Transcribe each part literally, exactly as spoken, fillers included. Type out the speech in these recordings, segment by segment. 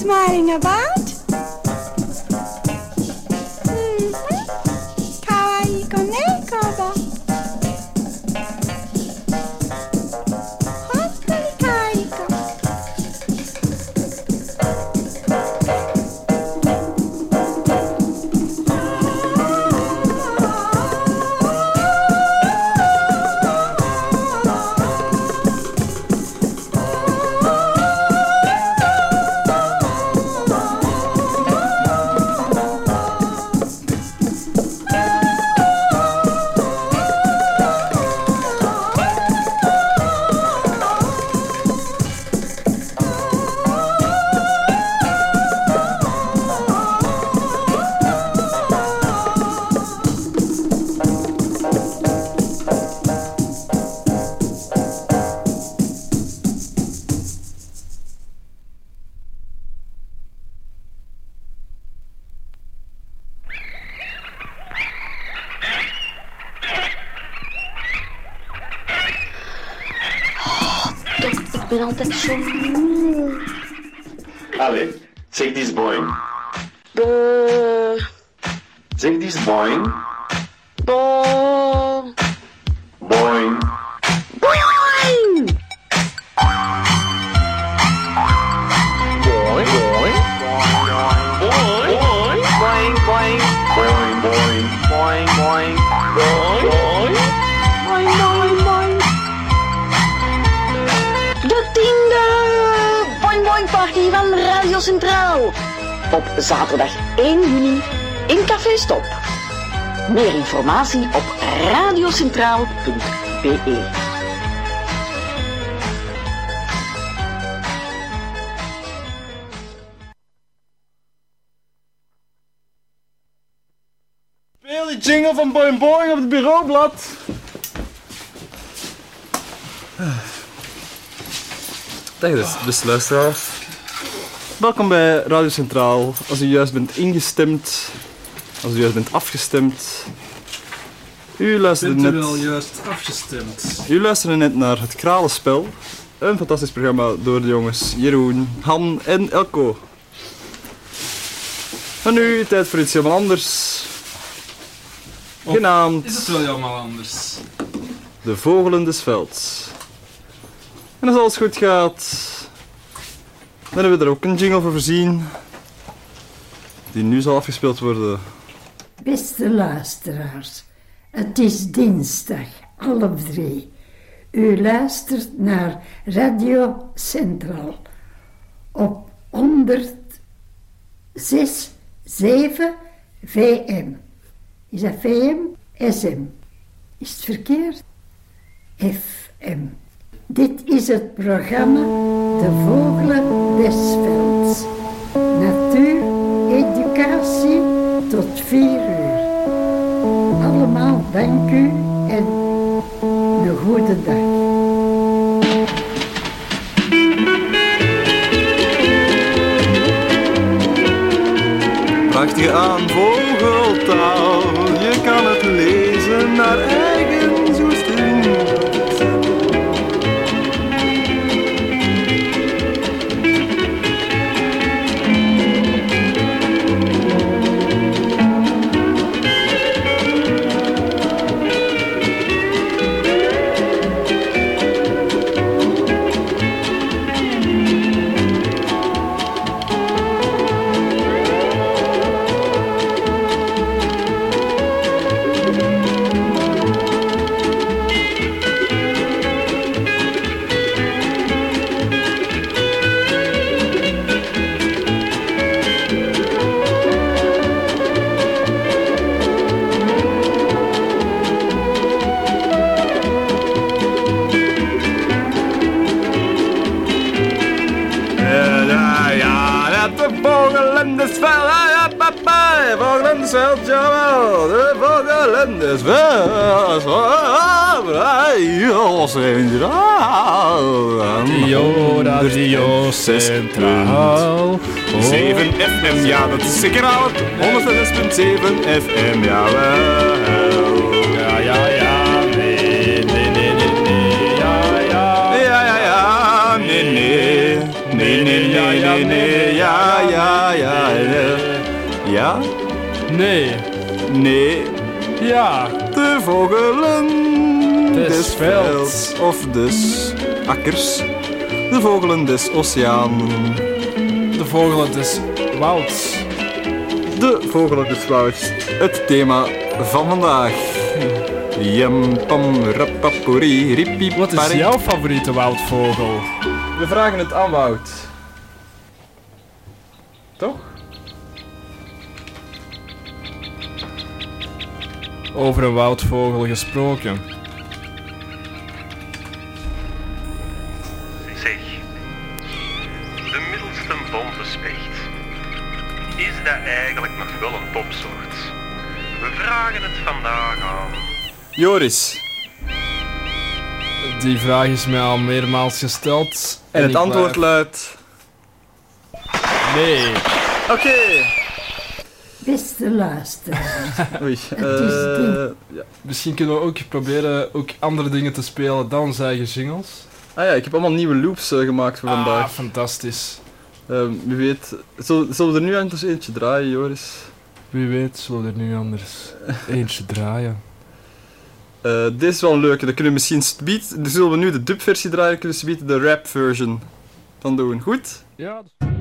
smiling about? Mm-hmm. Kawaii koneko da. Hoppeli kaiko. Ik ben altijd zo moe. Allee, zeg die is boing. Bo... Zeg die is boing. Bo... Boing. Boing! Boing, boing. Boing! Boing, boing. Boing, boing. Boing, boing. Boing, boing. Boing, boing, boing. De tiende Boing Boing Party van Radio Centraal. Op zaterdag één juni in Café Stop. Meer informatie op radiocentraal punt b e. Speel die jingle van Boing Boing op het bureaublad. Dag dus, beste luisteraars. Welkom bij Radio Centraal. Als u juist bent ingestemd, als u juist bent afgestemd. U luisterde Bent u net, wel juist afgestemd? u luisterde net naar Het Kralenspel. Een fantastisch programma door de jongens Jeroen, Han en Elko. En nu tijd voor iets helemaal anders. Of Genaamd Is het wel helemaal anders? De Vogelen des Velds. En als alles goed gaat, dan hebben we er ook een jingle voor voorzien, die nu zal afgespeeld worden. Beste luisteraars, het is dinsdag, half drie. U luistert naar Radio Centraal op honderd zes zeven V M. Is dat V M? S M. Is het verkeerd? F M. Dit is het programma De Vogelen des Velds. Natuur, educatie tot vier uur. Allemaal dank u en een goede dag. Prachtige aan vogeltaal, je kan het lezen naar eigen zoesting. Veld, jawel, de vogelen des velds. Radio Centraal. Radio, Radio Centraal. zeven F M, ja, dat is zeker al. honderd zes komma zeven F M, jawel. Ja, ja, ja, nee, nee, nee, nee, nee, ja, ja. Ja, ja, ja, nee, nee. Nee, nee, nee, nee, nee, ja, vogelen Des des velds velds. of des akkers. De vogelen des oceanen. De vogelen des wouds. De vogelen des wouds. Het thema van vandaag. Jam pam rapapori ripi. Wat is jouw favoriete woudvogel? We vragen het aan Wout. Toch? Over een woudvogel gesproken. Zeg, de middelste bonte specht, is dat eigenlijk nog wel een topsoort? We vragen het vandaag aan. Joris. Die vraag is mij al meermaals gesteld. En het ik antwoord blijf- luidt... Nee. Oké. Beste luisteraar, Oei. is eh, ding. ja. Misschien kunnen we ook proberen ook andere dingen te spelen dan zijn eigen jingles. Ah ja, ik heb allemaal nieuwe loops eh, gemaakt voor Ah, vandaag. fantastisch. Ehm, wie weet... Zullen, zullen we er nu eens eentje draaien, Joris? Wie weet zullen we er nu anders eentje draaien. Eh dit is wel een leuke. Dan kunnen we misschien speed... Dan zullen we nu de dubversie draaien, kunnen we speed de rap version dan doen. Goed? Ja.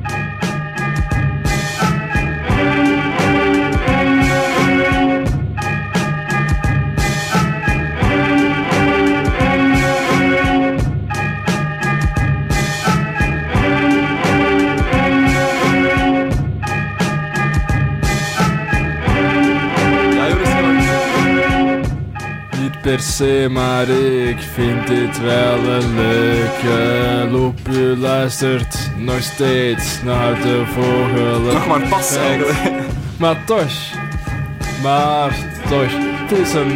Ja, Joris, ga maar. Niet per se, maar ik vind dit wel een leuke loop. U luistert nog steeds naar de vogelen. Nog maar pas eigenlijk. Maar toch, maar toch, het is een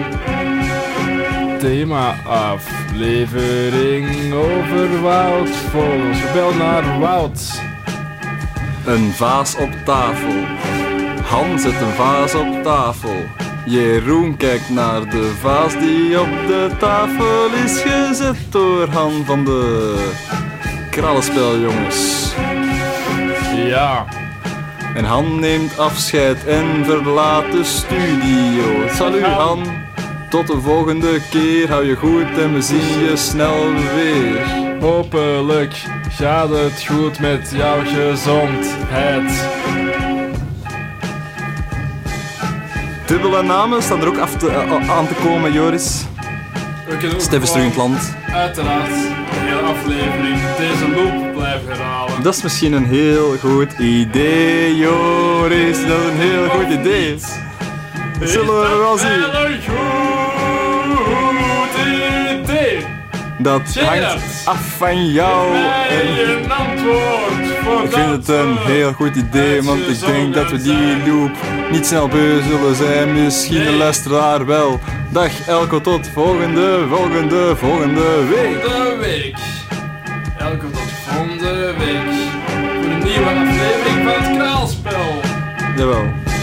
thema-aflevering over woudvogels. We bellen naar Wout. Een vaas op tafel. Han zet een vaas op tafel. Jeroen kijkt naar de vaas die op de tafel is gezet door Han van de Krallenspeljongens. Ja, En Han neemt afscheid en verlaat de studio. Salut Han, tot de volgende keer. Hou je goed en we zien je snel weer. hopelijk gaat het goed met jouw gezondheid. Dubbele namen staan er ook af te, eh, aan te komen, Joris. We kunnen ook Stef is terug in het gewoon land. uiteraard de hele aflevering deze loop blijven herhalen. Dat is misschien een heel goed idee, Joris. Dat is een heel goed idee. Dat zullen we wel zien. Wel een goed idee. Dat Zeg hangt dat. af van jou. Mij En een antwoord voor ik vind het een heel goed idee, want ik denk dat we die loop niet snel beu zullen zijn. Misschien de Nee. luisteraar wel. Dag Elko, tot volgende, volgende, volgende week. Volgende week. Elke tot volgende week. Voor een nieuwe aflevering van het Kraalspel. Jawel.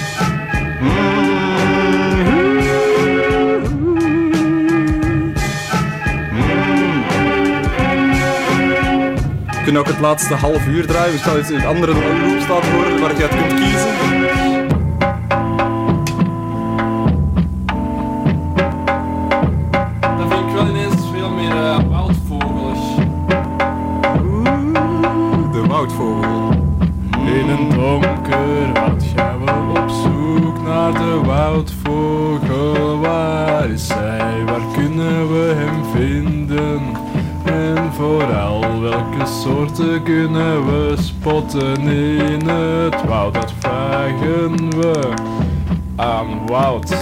We kunnen ook het laatste half uur draaien. We staan iets in een andere loop staat voor waar je uit kunt kiezen. Dat vind ik wel ineens veel meer uh, woudvogels. De woudvogel. In een donker woud gaan we op zoek naar de woudvogel. Waar is hij? Waar kunnen we hem vinden? En vooral welke soorten kunnen we spotten in het woud? Dat vragen we aan Wout.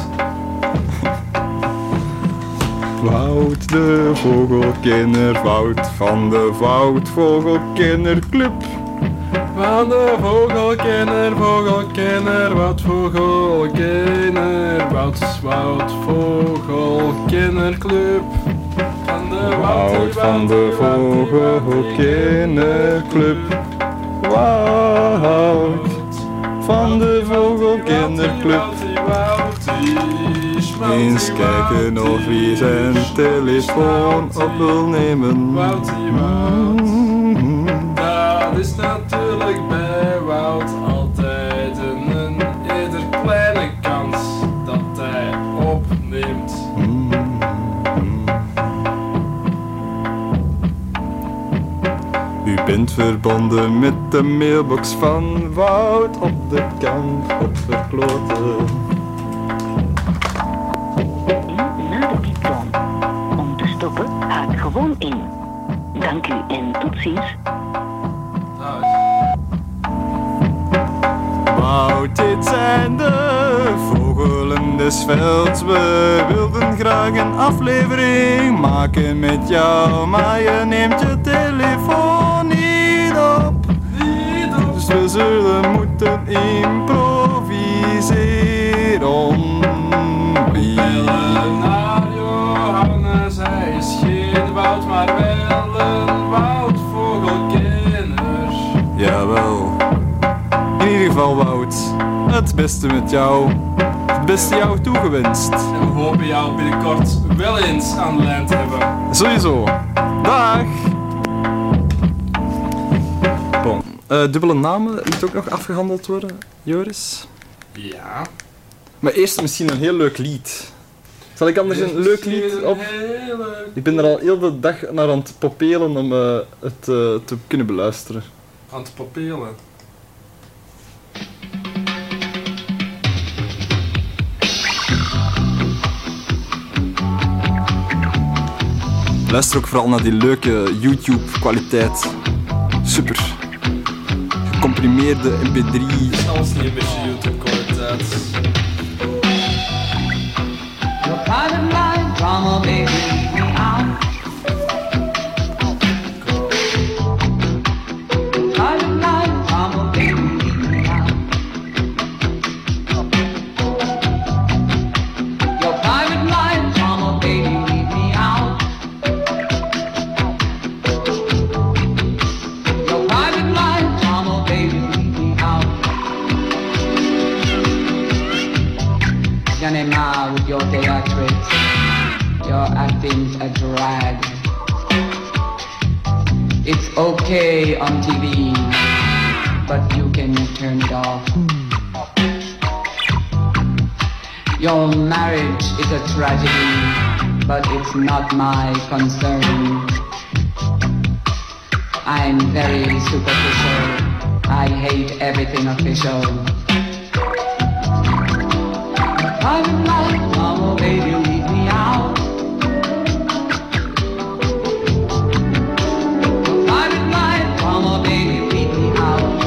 Wout de vogelkenner, Wout van de Woudvogelkennerclub. Van de vogelkenner, vogelkenner, Wout vogelkenner, Wout, Wout vogelkennerclub. Van de Wout van de Vogelkennerclub. Wout van de Vogelkennerclub. Eens kijken of hij zijn telefoon op wil nemen. Woutie, Wout. Dat is natuurlijk bij Wout altijd een, een eerder kleine kans dat hij opneemt. Mm. Je bent verbonden met de mailbox van Wout op de kamp op Verkloten. Na de pieptoon. Om te stoppen, haak gewoon in. Dank u en tot ziens. Wout, dit zijn de vogelen des velds. We wilden graag een aflevering maken met jou, maar je neemt je telefoon niet op. Dus we zullen moeten improviseren. Bellen naar Johannes, hij is geen Wout, maar wel een Woutvogelkenner. Jawel. In ieder geval, Wout, het beste met jou. Het beste jou toegewenst. En we hopen jou binnenkort wel eens aan de lijn te hebben. Sowieso. Dag! Bon. Uh, dubbele namen moet ook nog afgehandeld worden, Joris. Ja. Maar eerst misschien een heel leuk lied. Zal ik anders een leuk lied op? Ik ben er al heel de dag naar aan het popelen om uh, het uh, te kunnen beluisteren. Aan het popelen. Luister ook vooral naar die leuke YouTube-kwaliteit. Super. Gecomprimeerde M P drie. Alles niet een beetje YouTube-kwaliteit. Your private life drama, baby, leave me out. Private life drama, baby, leave me out. Your private life drama, baby, leave me out. Your private life drama, baby, leave me out. Janema with your theatrics, your acting's a drag. It's okay on T V, but you can turn it off. Your marriage is a tragedy, but it's not my concern. I'm very superficial. I hate everything official. Private life, mama, baby, leave me out. Private life, mama, baby, leave me out.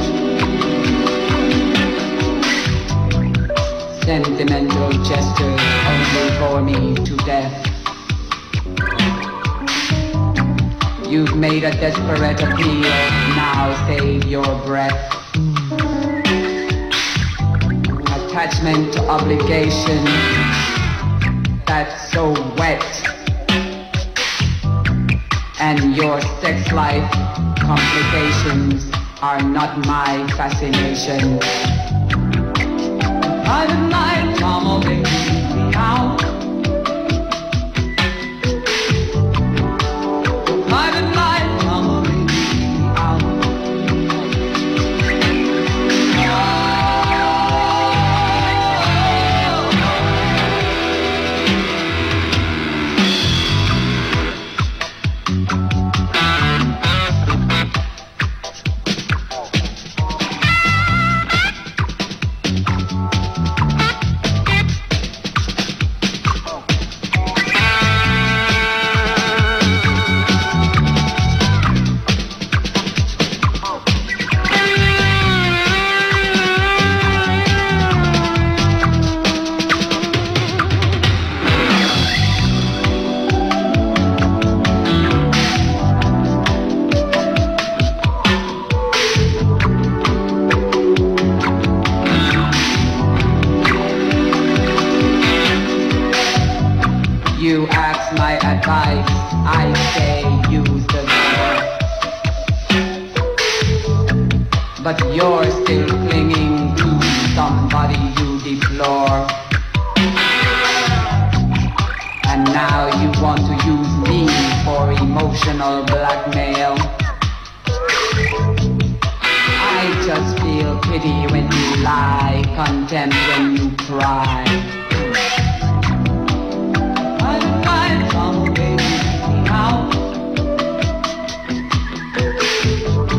Sentimental gestures only bore me to death. You've made a desperate appeal, now save your breath. Attachment to obligation, that's so wet. And your sex life complications are not my fascination. Private life, mama, baby, leave me out. Private life, mama, baby, leave me out. You ask my advice, I say use the door. But you're still clinging to somebody you deplore. And now you want to use me for emotional blackmail. I just feel pity when you lie, contempt when you cry. Come, baby, out.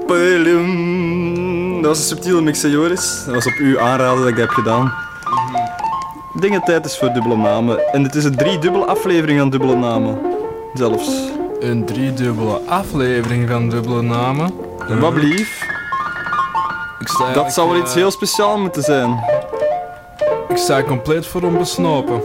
Pelum. Dat was een subtiele mix, hè, Joris. Dat was op uw aanraden dat ik dat heb gedaan. Ik denk dat het tijd is voor dubbele namen. En het is een driedubbele aflevering aan dubbele namen. Zelfs. Een driedubbele aflevering van dubbele namen. En wat blief? Ik sta Dat zou wel uh, iets heel speciaals moeten zijn. Ik sta compleet voor onbesnopen.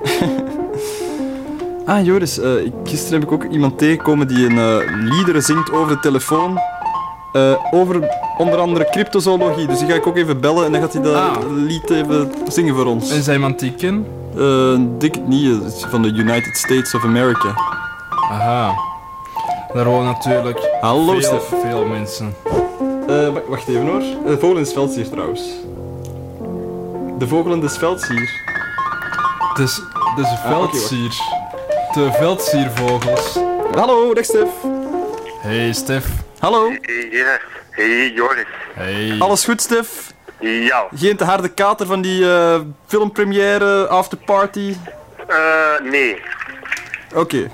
Ah, Joris, uh, ik, gisteren heb ik ook iemand tegengekomen die een uh, liederen zingt over de telefoon. Uh, over onder andere cryptozoologie. Dus die ga ik ook even bellen en dan gaat hij dat Ah. lied even zingen voor ons. En zijn iemand die ik ken? Uh, denk het niet, het is van de United States of America. Aha. Daar wonen natuurlijk Hallo, veel, Stef. veel mensen. Uh, w- wacht even hoor. De vogel in het veld hier trouwens. De vogel in het veld hier. Het is, het is een Ah, oké, veldsier. De veldsiervogels. Hallo, dag Stef. Hey Stef. Hallo. Ja, hey Joris. Hey. Alles goed, Stef? Ja. Geen te harde kater van die uh, filmpremière, afterparty? Eh, nee. Oké.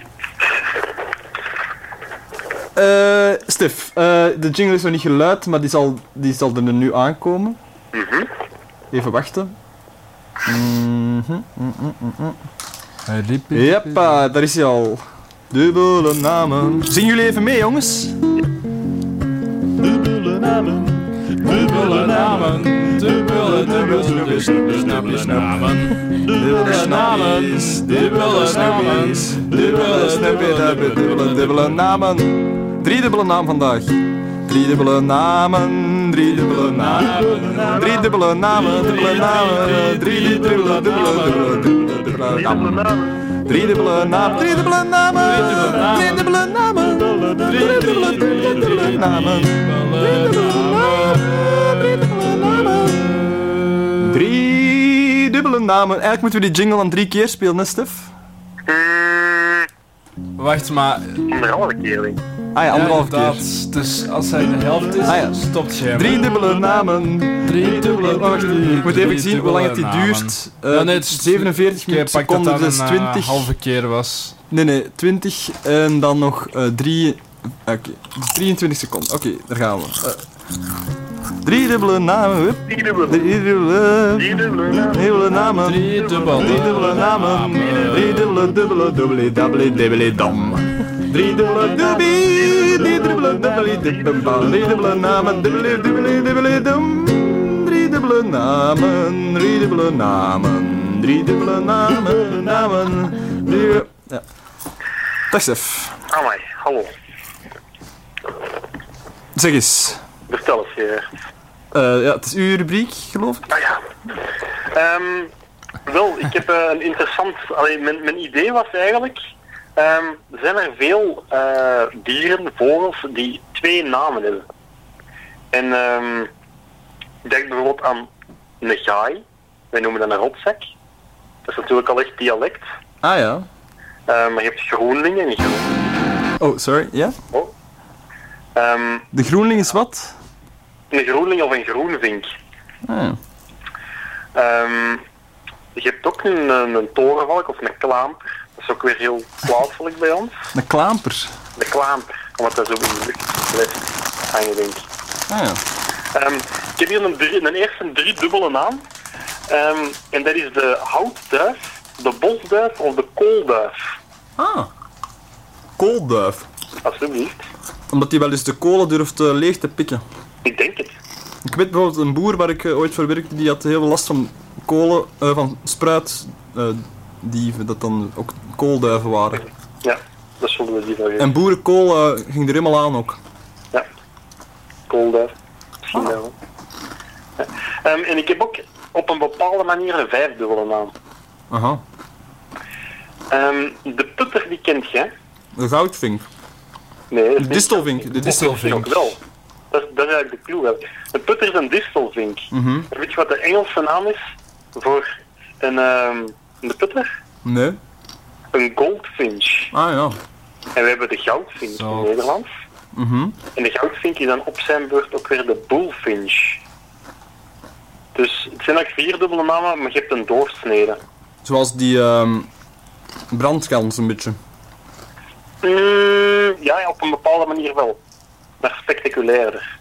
Eh, Stef, eh, de jingle is nog niet geluid, maar die zal, die zal er nu aankomen. Mhm. Even wachten. Mhm, mhm, mhm, mhm. Hey, riep, riep, riep. Jeppa, daar is hij al. Dubbele namen. Zingen jullie even mee, jongens? Dubbele namen. Dubbele namen. Dubbele, dubbele, dubbele, dubbele namen. Dubbele namen. Dubbele namen. Dubbele snapje, dubbele, dubbele namen. Drie dubbele naam vandaag. Drie dubbele namen, drie dubbele namen. Drie dubbele namen, dubbele namen. Drie dubbele, dubbele, dubbele, dubbele, dubbele namen. Drie dubbele namen, drie dubbele namen. Drie dubbele namen. Drie dubbele, dubbele, dubbele namen. Drie dubbele namen. Drie dubbele namen. Drie dubbele namen. Eigenlijk moeten we die jingle dan drie keer spelen, hè, Stef? Mm, Wacht, maar... anderhalve keer, denk ik. Ah ja, anderhalf ja, keer. inderdaad. Dus als hij de helft is, Ah, ja. stopt je hem. Drie dubbele namen. Drie dubbele... Wacht, ik moet even zien hoe lang het die duurt. Uh, Ja, nee, het is- zevenenveertig Ik pak dat seconden, dat dus een twintig. uh, halve keer was. Nee, nee, twintig en dan nog uh, drie... Oké, dus drieëntwintig seconden. Oké, daar gaan we. Uh, drie dubbele namen, hup. Drie dubbele. Drie dubbele... Drie dubbele namen. Dubbele namen. Drie dubbele, Drie dubbele namen. Drie dubbele, dubbele, dubbele, dubbele, dubbele, dam. Drie dubbele, dubbele, drie dubbele, dubbele, dubbele, drie dubbele namen, dubbele, dubbele, dubbele, dam. Drie dubbele namen, drie dubbele namen, drie dubbele namen, namen, drie... Ja. Dag Stef. Amai, hallo. Zeg eens. Vertel eens, Gerard. Uh, ja, het is uw rubriek, geloof ik. Ah ja. Ehm, wel, ik heb uh, een interessant... Allee, mijn, mijn idee was eigenlijk... Um, zijn er veel uh, dieren, vogels, die twee namen hebben. En um, ik denk bijvoorbeeld aan een gaai. Wij noemen dat een rotzak. Dat is natuurlijk al echt dialect. Ah ja. Uh, maar je hebt groenling en groen. Oh, sorry, ja? Oh. Um, De groenling is wat? een groenling of een groenvink. Ah ja. Um, je hebt ook een, een, een torenvalk of een klaamper. Dat is ook weer heel plaatselijk bij ons. Een klaamper. De klaamper, omdat dat zo in de lucht blijft hangen, denk ik. Ah ja. Um, ik heb hier een, drie, een eerste driedubbele naam. Um, en dat is de houtduif, de bosduif of de koolduif. Ah. Koolduif. Alsjeblieft. Omdat hij wel eens de kolen durft uh, leeg te pikken. Ik denk het. Ik weet bijvoorbeeld een boer waar ik uh, ooit voor werkte, die had heel veel last van kolen, uh, van spruitdieven, uh, dat dan ook koolduiven waren. Ja, dat zullen we die van weten. En boerenkool uh, ging er helemaal aan ook. Ja, koolduif. Misschien Ah. wel. Ja. Um, en ik heb ook op een bepaalde manier een vijfdubbele naam. Aha. Um, de putter, die kent je, hè? De goudvink. Nee, dat is De niet- distelvink. De distelvink. Ook wel. Dat, is- dat is eigenlijk de clue. Wel. Een putter is een distelvink. Mhm. En weet je wat de Engelse naam is voor een, um, een putter? Nee. Een goldfinch. Ah ja. En we hebben de goudfinch Zo. in Nederland. Mhm. En de goudfinch is dan op zijn beurt ook weer de bullfinch. Dus het zijn eigenlijk vier dubbele namen, maar je hebt een doorsnede. Zoals die ehm brandgans een beetje. Mm, ja, ja, op een bepaalde manier wel. maar spectaculairder.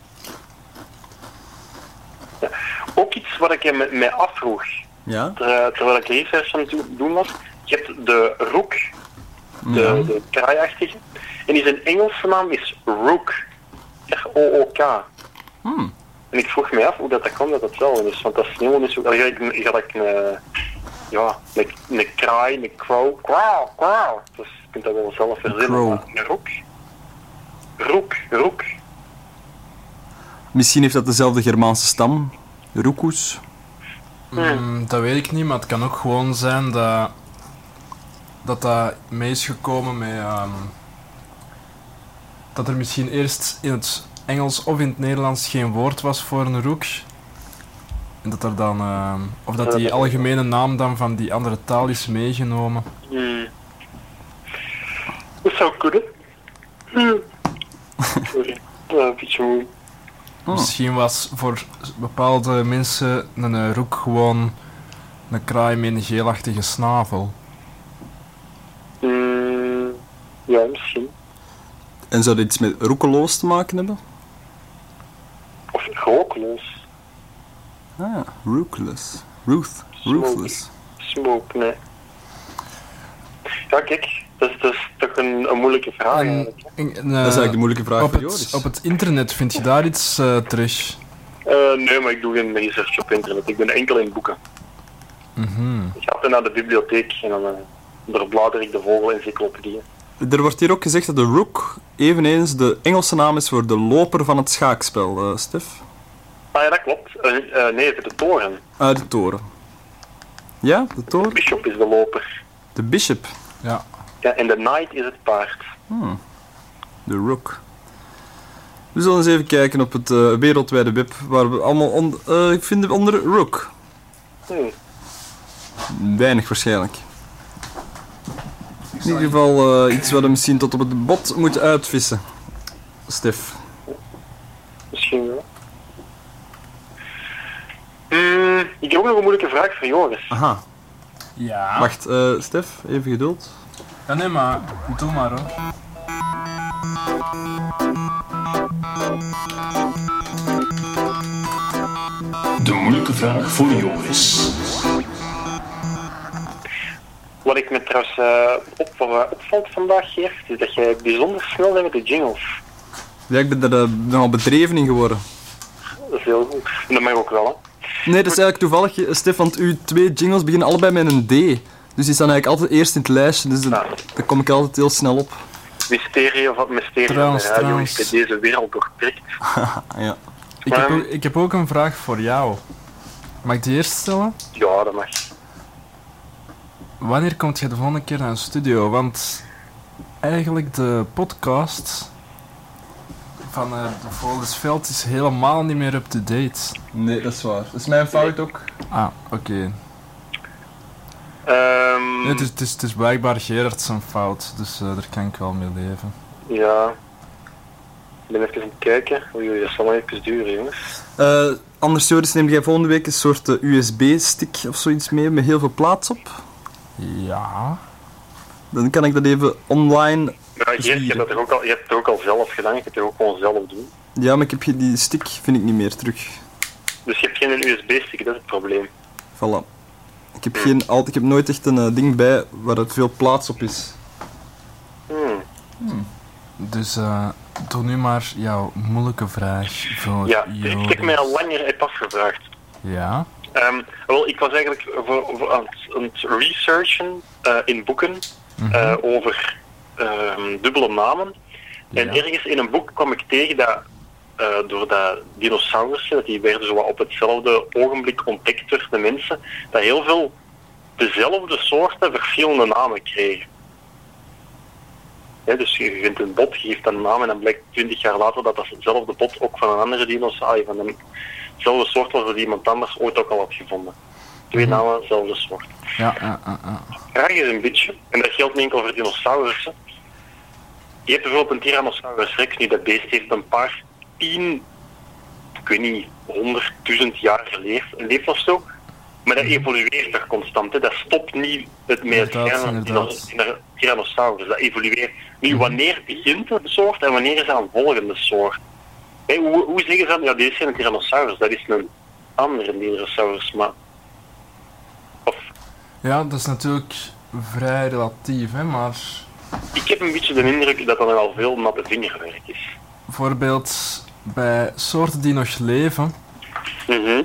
Ja. Ook iets wat ik me, mij afvroeg, Ja? ter, terwijl ik research aan het do- doen was. Je hebt de rook, de, Ja. de kraaiachtige, en die zijn Engelse naam is rook. R O O K. Hmm. En ik vroeg me af hoe dat, dat kan dat hetzelfde is, want dat is helemaal niet zo... Dan ga ik, ga ik een, ja, een, een kraai, een crow, crow, crow. Dus je kunt dat wel zelf verzinnen. crow. maar Een rook. Rook, rook. Misschien heeft dat dezelfde Germaanse stam. Roekoes. Mm, dat weet ik niet, maar het kan ook gewoon zijn dat dat, dat mee is gekomen met ehm, dat er misschien eerst in het Engels of in het Nederlands geen woord was voor een rook. En dat er dan, ehm, of dat die algemene naam dan van die andere taal is meegenomen. Hmm. Dat zou kunnen. Hmm. Sorry, uh, een beetje moe. Oh. Misschien was voor bepaalde mensen een eh, rook gewoon een kraai met een geelachtige snavel. Hmm. Ja, misschien. En zou dit iets met roekeloos te maken hebben? Of rookloos. Ah, rookless. Ruth. Ruthless. Smoke, nee. Ja, kijk, dat is, dat is toch een, een moeilijke vraag En, eigenlijk. en, Dat is eigenlijk de moeilijke vraag op voor het, Joris. op het internet vind je daar iets uh, terug? Uh, nee, maar ik doe geen research op internet. Ik ben enkel in boeken. Mhm. Ik ga dan naar de bibliotheek en dan uh, doorblader ik de vogelencyclopedieën. Er wordt hier ook gezegd dat de rook eveneens de Engelse naam is voor de loper van het schaakspel, uh, Stef. Ah ja, dat klopt. Uh, uh, nee, voor de toren. Uit de toren. Ja, de De toren? bishop is de loper. De bishop. Ja. Ja, en de knight is het paard. Hmm. De rook. We zullen eens even kijken op het uh, wereldwijde web, waar we allemaal on uh, vinden onder rook. Hmm. Weinig waarschijnlijk. In ieder geval uh, iets wat we misschien tot op het bot moeten uitvissen. Stef. Misschien wel. Hmm, ik heb ook nog een moeilijke vraag voor Joris. Aha. Ja. Wacht, uh, Stef, even geduld. Ja, nee, maar doe maar hoor. De moeilijke vraag voor Joris. Wat ik me trouwens uh, op, uh, opvalt vandaag, Geert, is dat jij bijzonder snel bent met de jingles. Ja, ik ben er uh, nogal bedreven in geworden. Dat is heel goed. En dat mag ook wel, hè. Nee, dat is eigenlijk toevallig, uh, Stef, want uw twee jingles beginnen allebei met een D. Dus die staan eigenlijk altijd eerst in het lijstje, dus uh, Ja. daar kom ik altijd heel snel op. Mysterie of wat mysterie Trouwens, van de radio trouwens. is bij deze wereld doorprikt. Ja. Ik heb, Maar- ook, ik heb ook een vraag voor jou. Mag ik die eerst stellen? Ja, dat mag. Wanneer komt je de volgende keer naar een studio? Want eigenlijk de podcast van uh, de Vogelsveld is helemaal niet meer up-to-date. Nee, dat is waar. Dat is mijn fout ook. Ah, oké. Ehm Nee, het, is, het, is, het is blijkbaar Gerard zijn fout, dus uh, daar kan ik wel mee leven. Ja. Ik ben even aan het kijken. Oei, dat zal nog even duren, jongens. Uh, anders, Joris, neem jij volgende week een soort uh, U S B-stick of zoiets mee met heel veel plaats op? Ja. Dan kan ik dat even online... Ja, Geert, je hebt, dat toch ook al, je hebt het toch ook al zelf gedaan. Je kunt het ook gewoon zelf doen. Ja, maar ik heb ge- die stick vind ik niet meer terug. Dus je hebt geen U S B-stick, dat is het probleem. Voilà. Ik heb, geen, altijd, ik heb nooit echt een uh, ding bij waar het veel plaats op is. Hmm. Dus uh, doe nu maar jouw moeilijke vraag voor Ja, Joris. ik heb mij al langer heb afgevraagd. Ja? Um, wel, ik was eigenlijk voor, voor aan, het, aan het researchen uh, in boeken Mhm. uh, over um, dubbele namen. En Ja. ergens in een boek kwam ik tegen dat uh, door dat dinosaurussen, dat die werden zo wat op hetzelfde ogenblik ontdekt door de mensen, dat heel veel dezelfde soorten verschillende namen kregen. Ja, dus je vindt een bot, je geeft een naam en dan blijkt twintig jaar later dat dat hetzelfde bot ook van een andere dinosaurus, van een, dezelfde soort was dat iemand anders ooit ook al had gevonden. Twee Mhm. namen, dezelfde soort. Ja, ja, ja, ja. Vraag is een beetje, en dat geldt niet enkel voor dinosaurussen. Je hebt bijvoorbeeld een Tyrannosaurus rex, nu dat beest heeft een paar tien, ik weet niet, honderd, duizend jaar geleefd, leeft of zo. Maar dat evolueert toch constant, hè? Dat stopt niet het met het Inderdaad, gaan inderdaad. in de Tyrannosaurus. Dat evolueert. Nu, wanneer begint de soort en wanneer is dat een volgende soort? Hè, hoe, hoe zeggen ze dan? Ja, dit is geen Tyrannosaurus, dat is een andere dinosaurus, maar... Of, Ja, dat is natuurlijk vrij relatief, hè, maar ik heb een beetje de indruk dat dat nogal veel natte vingerwerk is. bijvoorbeeld bij soorten die nog leven, Mhm.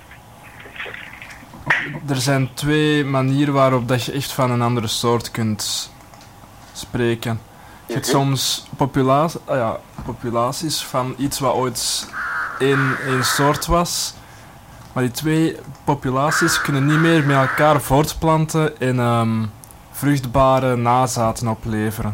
er zijn twee manieren waarop dat je echt van een andere soort kunt spreken. Je hebt Mhm. soms popula- ah ja, populaties van iets wat ooit één, één soort was, maar die twee populaties kunnen niet meer met elkaar voortplanten en ehm, vruchtbare nazaten opleveren.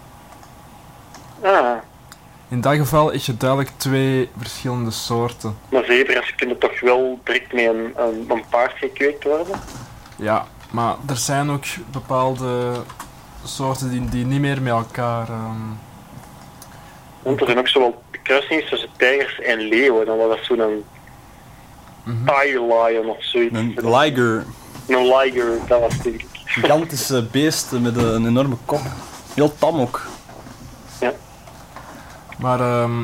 Ah, In dat geval is je duidelijk twee verschillende soorten. maar zebras kunnen toch wel direct met een, een, een paard gekweekt worden? Ja, maar er zijn ook bepaalde soorten die, die niet meer met elkaar... ehm, Want er zijn ook zowel kruisingen tussen tijgers en leeuwen, dan was dat zo'n mhm. tiger lion of zoiets. Een liger. Een liger, dat was het denk ik. Gigantische beesten met een enorme kop. Heel tam ook. Ja. Maar ehm,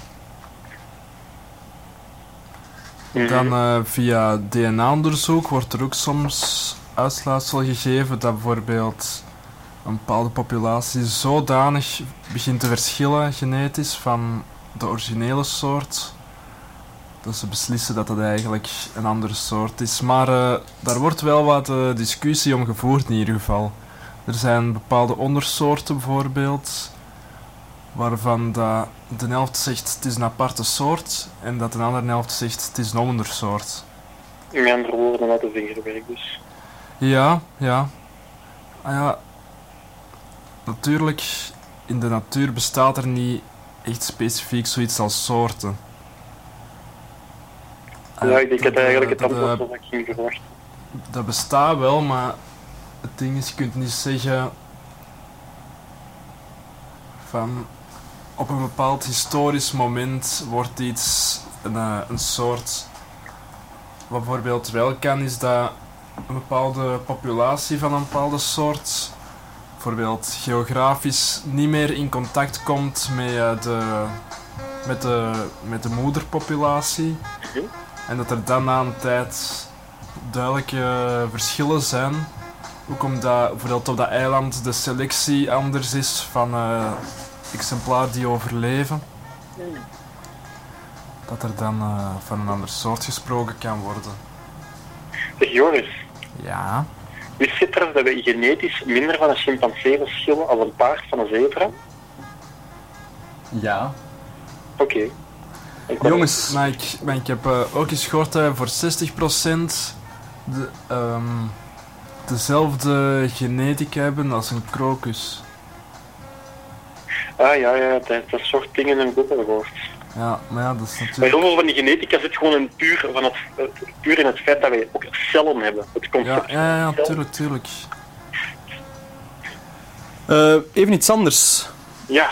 Mhm. dan eh, via D N A-onderzoek wordt er ook soms uitsluitsel gegeven dat bijvoorbeeld een bepaalde populatie zodanig begint te verschillen genetisch van de originele soort dat ze beslissen dat het eigenlijk een andere soort is. Maar eh, daar wordt wel wat eh, discussie om gevoerd in ieder geval. Er zijn bepaalde ondersoorten bijvoorbeeld waarvan dat de helft zegt het is een aparte soort en dat de andere helft zegt het is een ondersoort. In andere woorden, natte vingerwerk dus. Ja, ja. Ah ja. Natuurlijk, in de natuur bestaat er niet echt specifiek zoiets als soorten. Ah Ja, ik denk dat dat, eigenlijk eh, het dat, antwoord eh, was dat ik ging verwachten. Dat bestaat wel, maar het ding is, je kunt niet zeggen van op een bepaald historisch moment wordt iets een, eh, een soort. Wat bijvoorbeeld wel kan, is dat een bepaalde populatie van een bepaalde soort bijvoorbeeld geografisch niet meer in contact komt met eh, de, met de, met de moederpopulatie. Mhm. En dat er dan na een tijd duidelijke verschillen zijn. Ook omdat bijvoorbeeld op dat eiland de selectie anders is van uh, exemplaren die overleven. Dat er dan uh, van een ander soort gesproken kan worden. Zeg Joris, Ja. wist je trouwens dat we genetisch minder van een chimpansee verschillen als een paard van een zebra? Ja. Oké. Ik wou- Jongens, Maar ik, maar ik heb uh, ook eens gehoord dat we voor zestig procent de, ehm, dezelfde genetica hebben als een krokus. Ah ja, ja, dat, dat soort dingen heb ik ook al gehoord. Ja, maar ja, dat is Maar natuurlijk... heel veel van die genetica zit gewoon in puur, van het, het, puur in het feit dat wij ook cellen hebben. Het Ja, concept ja, ja, ja, van cel. tuurlijk, tuurlijk. eh, even iets anders. Ja,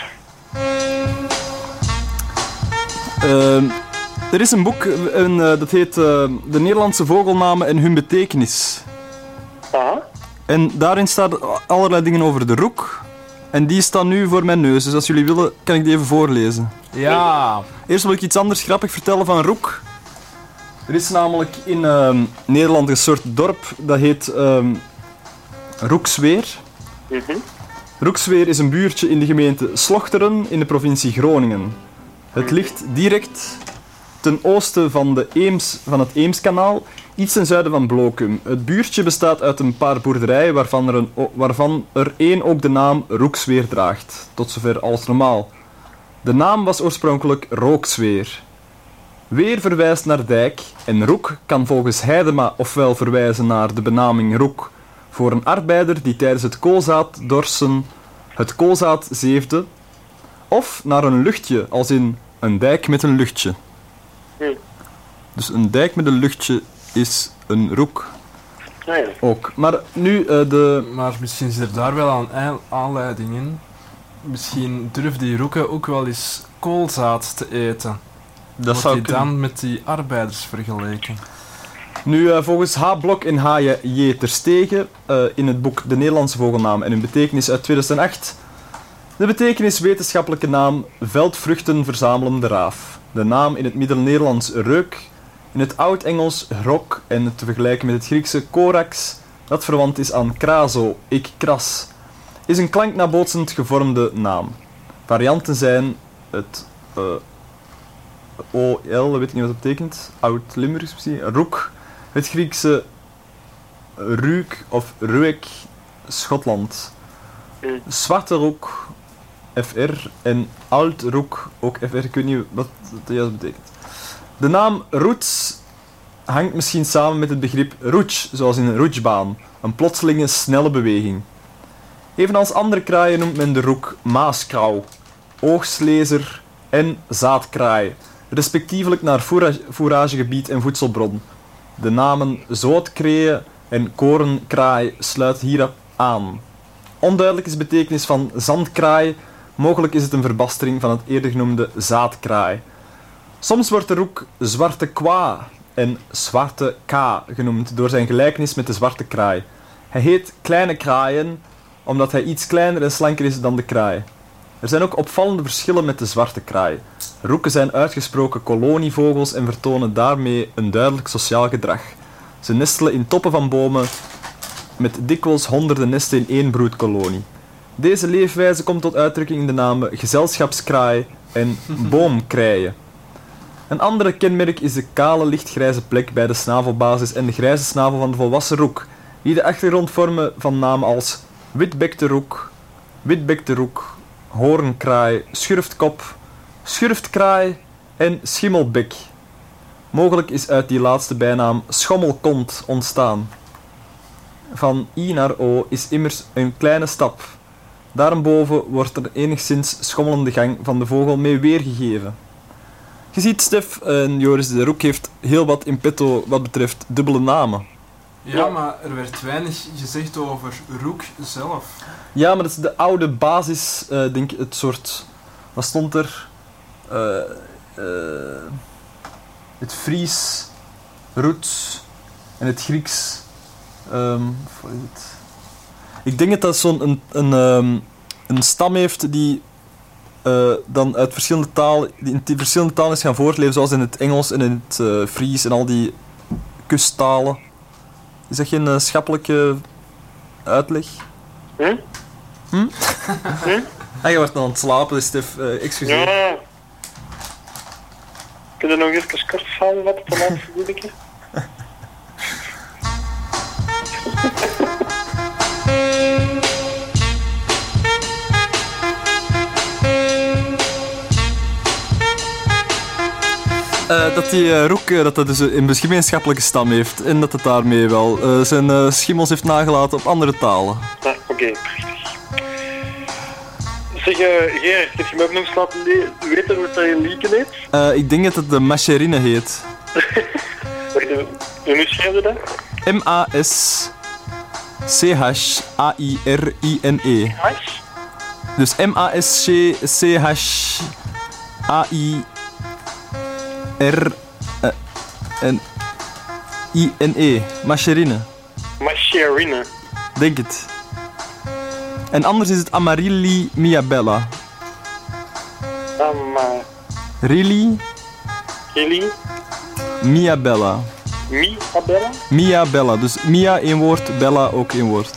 Ehm, er is een boek, een, eh, dat heet eh, De Nederlandse vogelnamen en hun betekenis. aha. En daarin staan allerlei dingen over de roek. En die staan nu voor mijn neus, dus als jullie willen, kan ik die even voorlezen. Ja. Eerst wil ik iets anders grappig vertellen van roek. Er is namelijk in ehm, Nederland een soort dorp, dat heet ehm Roeksweer. Mhm. Roeksweer is een buurtje in de gemeente Slochteren in de provincie Groningen. Het ligt direct ten oosten van, de Eems, van het Eemskanaal, iets ten zuiden van Blokum. Het buurtje bestaat uit een paar boerderijen waarvan er, een, waarvan er één ook de naam Roeksweer draagt. Tot zover alles normaal. De naam was oorspronkelijk Rooksweer. Weer verwijst naar dijk en roek kan volgens Heidema ofwel verwijzen naar de benaming roek voor een arbeider die tijdens het koolzaaddorsen het koolzaad zeefde, of naar een luchtje, als in een dijk met een luchtje. Hm. Dus een dijk met een luchtje is een roek Ah, ja. ook. Maar nu uh, de... Maar misschien zit er daar wel een ei- aanleiding in. Misschien durft die roeken ook wel eens koolzaad te eten. Dat Wordt zou die kunnen. dan met die arbeiders vergeleken. Nu, uh, volgens H. Blok en H. J. Terstegen uh, in het boek De Nederlandse Vogelnaam en hun betekenis uit tweeduizend acht. De betekenis wetenschappelijke naam veldvruchtenverzamelende raaf. De naam in het Middel-Nederlands reuk, in het Oud-Engels grok en te vergelijken met het Griekse korax, dat verwant is aan krazo, ik kras, is een klanknabootsend gevormde naam. Varianten zijn het uh, O L, weet ik niet wat dat betekent, Oud-Limburgs misschien, roek, het Griekse ruuk of ruek, Schotland, zwarte roek, F R, en alt roek, ook F R, ik weet niet wat dat juist betekent. De naam roets hangt misschien samen met het begrip roets, zoals in een roetsbaan, een plotselinge snelle beweging. Evenals andere kraaien noemt men de roek maaskrauw, oogslezer en zaadkraai, respectievelijk naar foura- fouragegebied en voedselbron. De namen zootkreeën en korenkraai sluiten hierop aan. Onduidelijk is de betekenis van zandkraai, mogelijk is het een verbastering van het eerder genoemde zaadkraai. Soms wordt de roek zwarte kwa en zwarte k genoemd door zijn gelijkenis met de zwarte kraai. Hij heet kleine kraaien omdat hij iets kleiner en slanker is dan de kraai. Er zijn ook opvallende verschillen met de zwarte kraai. Roeken zijn uitgesproken kolonievogels en vertonen daarmee een duidelijk sociaal gedrag. Ze nestelen in toppen van bomen met dikwijls honderden nesten in één broedkolonie. Deze leefwijze komt tot uitdrukking in de namen gezelschapskraai en boomkrijen. Een andere kenmerk is de kale lichtgrijze plek bij de snavelbasis en de grijze snavel van de volwassen roek, die de achtergrond vormen van namen als witbekte roek, witbekte roek, hoornkraai, schurftkop, schurftkraai en schimmelbek. Mogelijk is uit die laatste bijnaam schommelkont ontstaan. Van I naar O is immers een kleine stap. Daarboven wordt er enigszins schommelende gang van de vogel mee weergegeven. Je ziet, Stef en Joris, de Roek heeft heel wat in petto wat betreft dubbele namen. Ja, maar er werd weinig gezegd over Roek zelf. Ja, maar dat is de oude basis, uh, denk ik, het soort... Wat stond er? Uh, uh, het Fries, Roets en het Grieks. Um, wat is het? Ik denk dat dat zo'n een, een, um, een stam heeft die uh, dan uit verschillende talen, die in die verschillende talen is gaan voortleven, zoals in het Engels en in het uh, Fries en al die kusttalen. Is dat geen uh, schappelijke uitleg? Hm? Hm? Hm? Ah, je wordt nog aan het slapen, dus Stef, uh, excuseer. Ja. Kun je nog even kort samenvatten, de laatste goedeke? Uh, dat die uh, Roek uh, dat dat dus een gemeenschappelijke stam heeft en dat het daarmee wel uh, zijn uh, schimmels heeft nagelaten op andere talen. Ah, oké, okay, prachtig. Zeg, uh, Gerard, heb je me ook nog eens laten le- weten hoe dat je lieken heet? Uh, ik denk dat het de Mascherine heet. Wacht even, hoe schrijf je dat? M A S C H A I R I N E. Hash? Dus M A S C H A I R N I N E. Mascherine. Mascherine. Denk het. En anders is het Amarilli Miabella. Amarilli. Rilli Miabella. Miabella? Miabella. Dus Mia één woord, Bella ook één woord.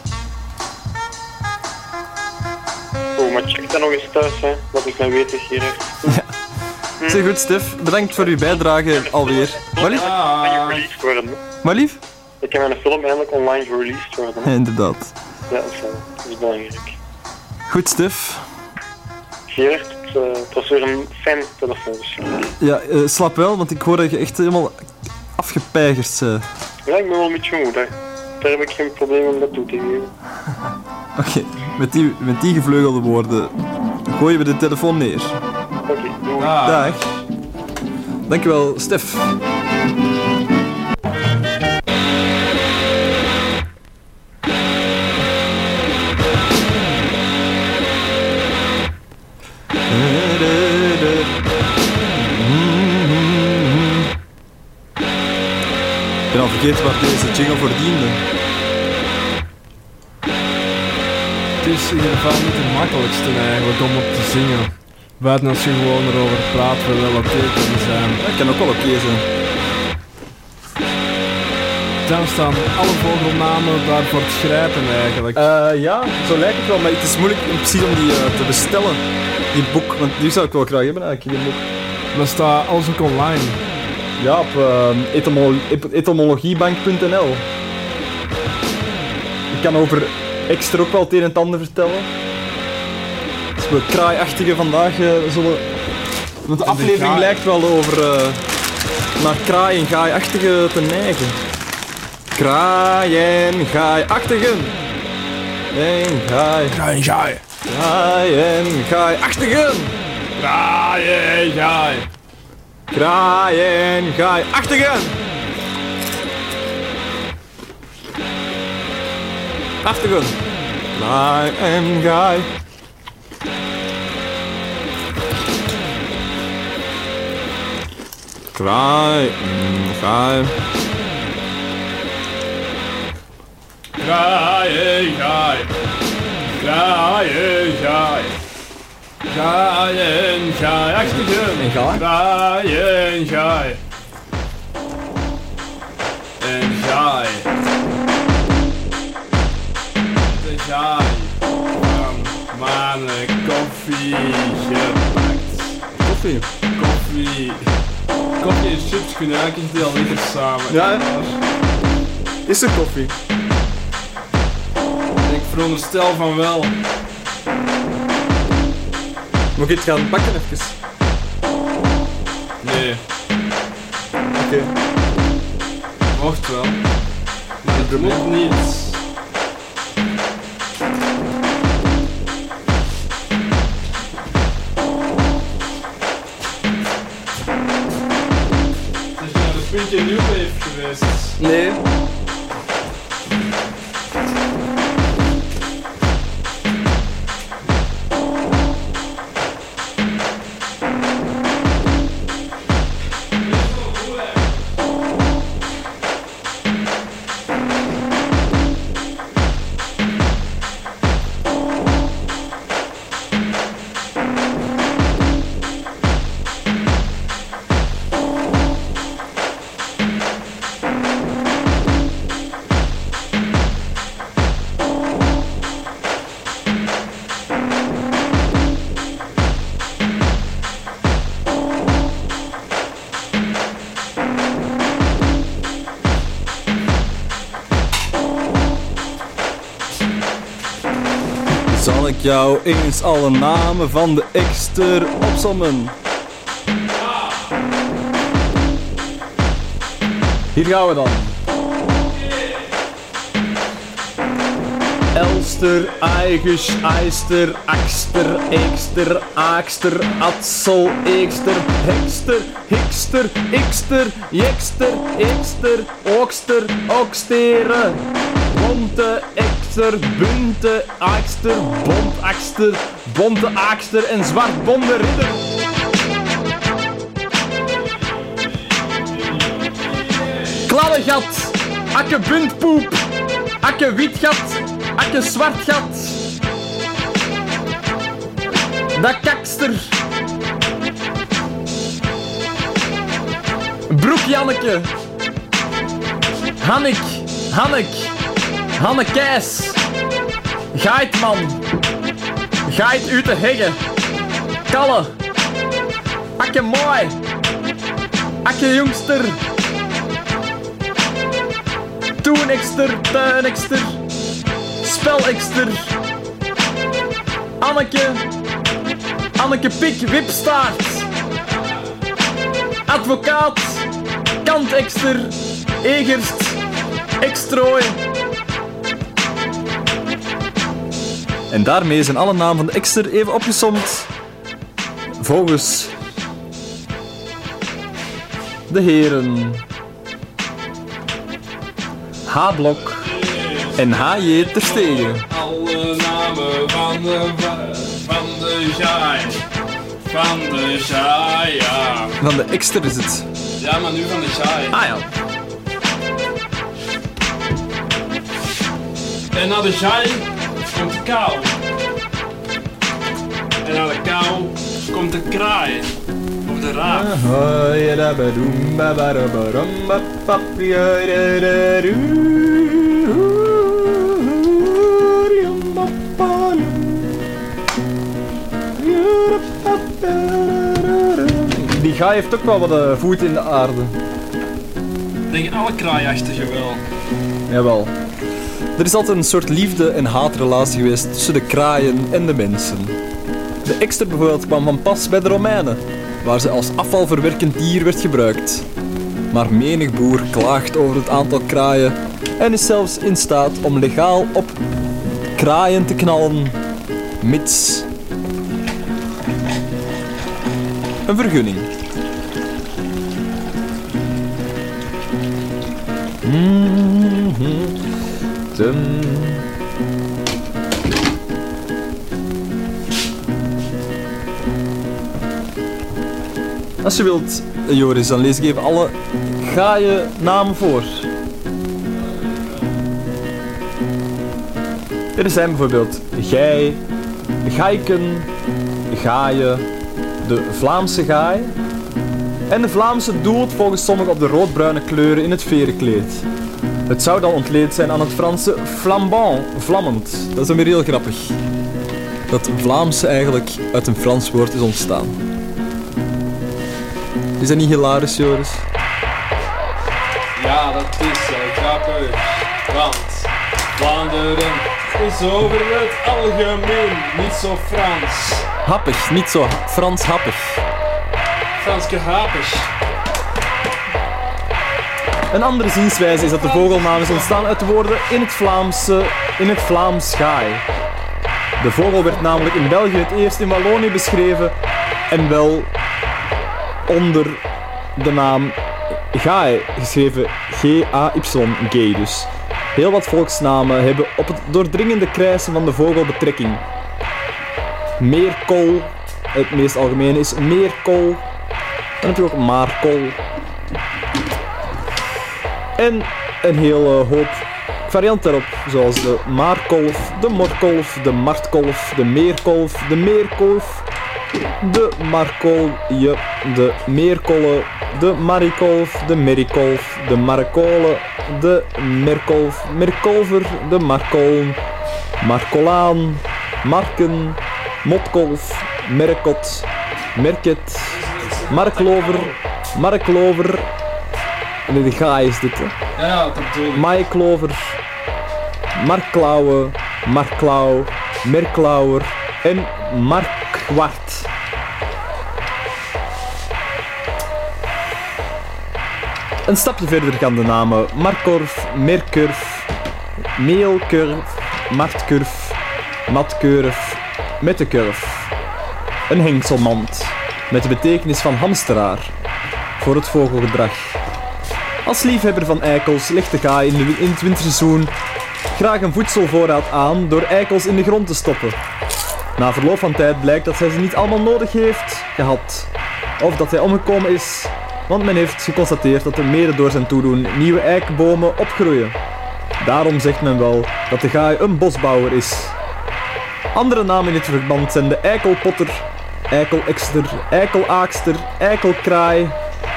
Oh, maar check dat nog eens thuis, hè. Wat ik nou weet is, Gerard. Ja. Zeg goed, Stef. Bedankt voor uw bijdrage alweer. Wat lief? Ah. Gereleased worden. Wat lief? Ik heb mijn film eindelijk online gereleased worden. Ja, inderdaad. Ja, dat is, wel, dat is belangrijk. Goed, Stef. Gerard, het, uh, het was weer een fijn telefoongesprek. Ja, uh, slap wel, want ik hoor dat je echt helemaal afgepeigerd bent. Ja, ik ben wel een beetje moe, hè. Daar heb ik geen probleem om dat toe te geven. Oké, okay, met, die, met die gevleugelde woorden gooien we de telefoon neer. Oké, okay, doei. Dag. Dag. Dankjewel, Stef. Ik ben al vergeten waar deze jingle voor diende. Het is in ieder geval niet het makkelijkste eigenlijk om op te zingen. Buiten als je gewoon erover praat, wil wel oké kunnen zijn. Dat kan ook wel oké zijn. Dan staan alle vogelnamen daarvoor te schrijven eigenlijk. Uh, ja, zo lijkt het wel, maar het is moeilijk precies om die uh, te bestellen. Die boek, want die zou ik wel graag hebben eigenlijk, die boek. Dat staat alles ook online. Ja, op uh, etymolo- etymologiebank punt n l. Ik kan over extra ook wel het een en het ander vertellen. Als we kraaiachtige vandaag uh, zullen... Want de aflevering kraai... lijkt wel over uh, naar kraai en gaaiachtige te neigen. Kraaien, gaaiachtigen. En gaai... Kraai, gaai. Kraaien, gaaiachtigen. Kraaien, gaai. Kraaien, gaaiachtigen. Achtigen. Kraai en gaai. Kraai en gaai. Kraaien, gaai. Kraaien, gaai. Kraaien, gaai. Achtigen. En gaai. Kraaien, gaai. En gaai. De gaai van mannen koffie gepakt. Koffie. Koffie. Koffie en chips kunnen eigenlijk heel lekker samen. Ja. Is er koffie? Ik veronderstel van wel. Moet ik het gaan pakken even? Nee, Oké. Okay. mocht wel. Maar het moet niet. Zeg je naar de puntje nieuw heeft geweest? Nee. Zal ik jou eens alle namen van de ekster opsommen? Hier gaan we dan. Elster, Aigus, Eister, Akster, Eekster, Aakster, Atsel, Eekster, Hekster, Hikster, Ikster, Jekster, Eekster, Ookster, Oksteren. Bonte, ekster, bunte, aakster, bont, akster, bonte, aakster en zwartbonde ridder. Kladdegat, akke buntpoep, akke witgat, akke zwartgat. Dat kakster. Broekjanneke. Hannik, Hannek. Hanne Keis, Gaitman, Gait uit de heggen, Kalle, Akke mooi, Akke jongster, Toenekster, Tuinekster, Spelekster, Anneke, Anneke Pik, Wipstaart, Advocaat, Kantekster, Egerst, Ekstrooi. En daarmee zijn alle namen van de ekster even opgesomd volgens de heren H-Blok en H J Terstegen. Alle namen van de, van de jaai. Van de jaai, ja. Van de ekster is het. Ja, maar nu van de jaai. Ah ja. En na de jaai komt de kou. En na de kou komt de kraai. Of de raaf. Die gaai heeft ook wel wat uh, voet in de aarde. Denk alle kraaiachtigen wel. Jawel. Er is altijd een soort liefde- en haatrelatie geweest tussen de kraaien en de mensen. De ekster bijvoorbeeld kwam van pas bij de Romeinen, waar ze als afvalverwerkend dier werd gebruikt. Maar menig boer klaagt over het aantal kraaien en is zelfs in staat om legaal op kraaien te knallen, mits een vergunning. Mm-hmm. Dum. Als je wilt, Joris, dan lees ik even alle gaaien namen voor. Er zijn bijvoorbeeld gij, gaiken, gaaien, de Vlaamse gaai. En de Vlaamse doelt volgens sommigen op de roodbruine kleuren in het verenkleed. Het zou dan ontleend zijn aan het Franse flambant, vlammend. Dat is dan weer heel grappig. Dat Vlaamse eigenlijk uit een Frans woord is ontstaan. Is dat niet hilarisch, Joris? Ja, dat is wel grappig. Want Vlaanderen is over het algemeen niet zo Frans. Happig, niet zo Frans happig. Franske happig. Een andere zienswijze is dat de vogelnaam is ontstaan uit de woorden in het Vlaamse, in het Vlaams gaai. De vogel werd namelijk in België het eerst in Wallonië beschreven en wel onder de naam gaai, geschreven G A Y, gay dus. Heel wat volksnamen hebben op het doordringende krijsen van de vogel betrekking. Meerkol, het meest algemene is meerkol. Dan heb je ook maarkol. En een hele hoop varianten daarop, zoals de maarkolf, de morkolf, de martkolf, de meerkolf, de meerkolf, de markolje, de meerkolle, de marikolf, de merikolf, de markole, de merkolf, merkolver, de markoln, markolaan, marken, motkolf, merkot, merket, marklover, marklover. Nee, de gaai is dit, hè. Ja, dat bedoel ik. Maaiklover, markklauwe, markklauw, merklauwer en markwart. Een stapje verder gaan de namen markorf, merkurf, meelkurf, martkurf, matkurf, mettekurf. Een hengselmand met de betekenis van hamsteraar voor het vogelgedrag. Als liefhebber van eikels legt de gaai in, de, in het winterseizoen graag een voedselvoorraad aan door eikels in de grond te stoppen. Na verloop van tijd blijkt dat hij ze niet allemaal nodig heeft gehad. Of dat hij omgekomen is, want men heeft geconstateerd dat er mede door zijn toedoen nieuwe eikenbomen opgroeien. Daarom zegt men wel dat de gaai een bosbouwer is. Andere namen in dit verband zijn de eikelpotter, eikelekster, eikelaakster, eikelkraai,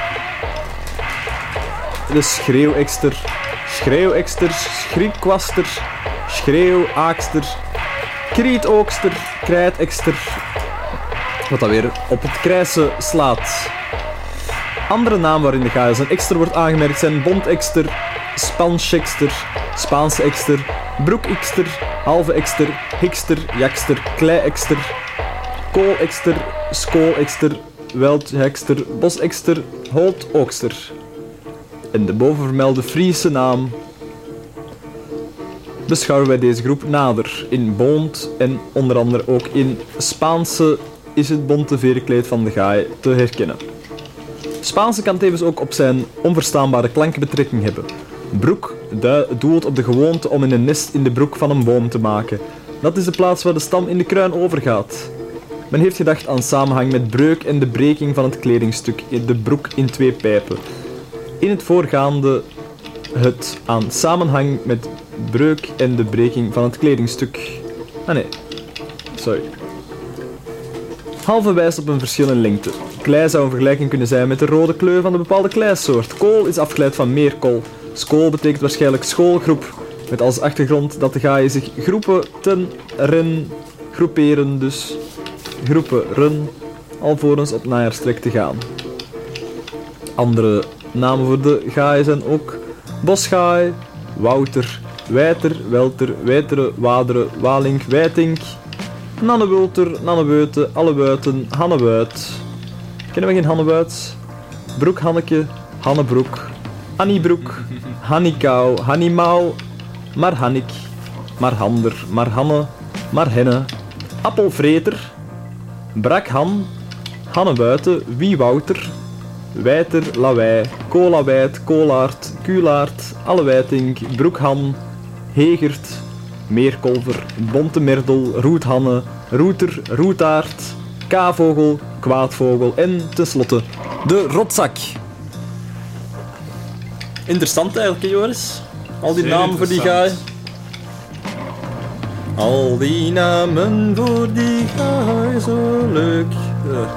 de schreeuwekster, schreeuwekster, schriekwaster, schreeuwaakster, krietookster, krijtekster, wat dat weer op het krijsen slaat. Andere namen waarin de gaai als een ekster wordt aangemerkt zijn bontekster, spanschekster, Spaanse ekster, broekekster, halve ekster, hikster, jakster, kleiekster, koolekster, skoolekster, weldhekster, bosekster, holtookster. En de bovenvermelde Friese naam beschouwen wij deze groep nader. In bont en onder andere ook in Spaanse is het bonte verenkleed van de gaai te herkennen. Spaanse kan tevens ook op zijn onverstaanbare klanken betrekking hebben. Broek doelt op de gewoonte om in een nest in de broek van een boom te maken. Dat is de plaats waar de stam in de kruin overgaat. Men heeft gedacht aan samenhang met breuk en de breking van het kledingstuk, de broek in twee pijpen. In het voorgaande het aan samenhang met breuk en de breking van het kledingstuk. Ah nee, sorry. Hal verwijst op een verschil in lengte. Klei zou een vergelijking kunnen zijn met de rode kleur van de bepaalde kleisoort. Kool is afgeleid van meerkool. Skool betekent waarschijnlijk schoolgroep, met als achtergrond dat de gaaien zich groepen ten ren groeperen, dus groepen ren, alvorens op najaarstrek te gaan. Andere namen voor de gaaien zijn ook bosgaai, wouter, wijter, welter, wijtere, wadere, walink, wijtink, nannewulter, nanneweute, allebuiten, hannewuit. Kennen we geen hannewuit? Broekhanneke, hannebroek, Annibroek, Hannikau, Hannimau, Marhannik, Marhander, Marhanne, Marhenne, Appelvreter, Brakhan, Hannebuiten, Wiewouter, Wijter, Lawei, Kolawijt, Kolaard, Kulaard, Allewijtink, Broekhan, Hegert, Meerkolver, Bontemerdel, Roethanne, Roeter, Roetaard, Kavogel, Kwaadvogel en tenslotte de rotzak. Interessant eigenlijk, hè, Joris? Al die Zeer namen voor die gaai. Al die namen voor die gaai, zo leuk. Ja.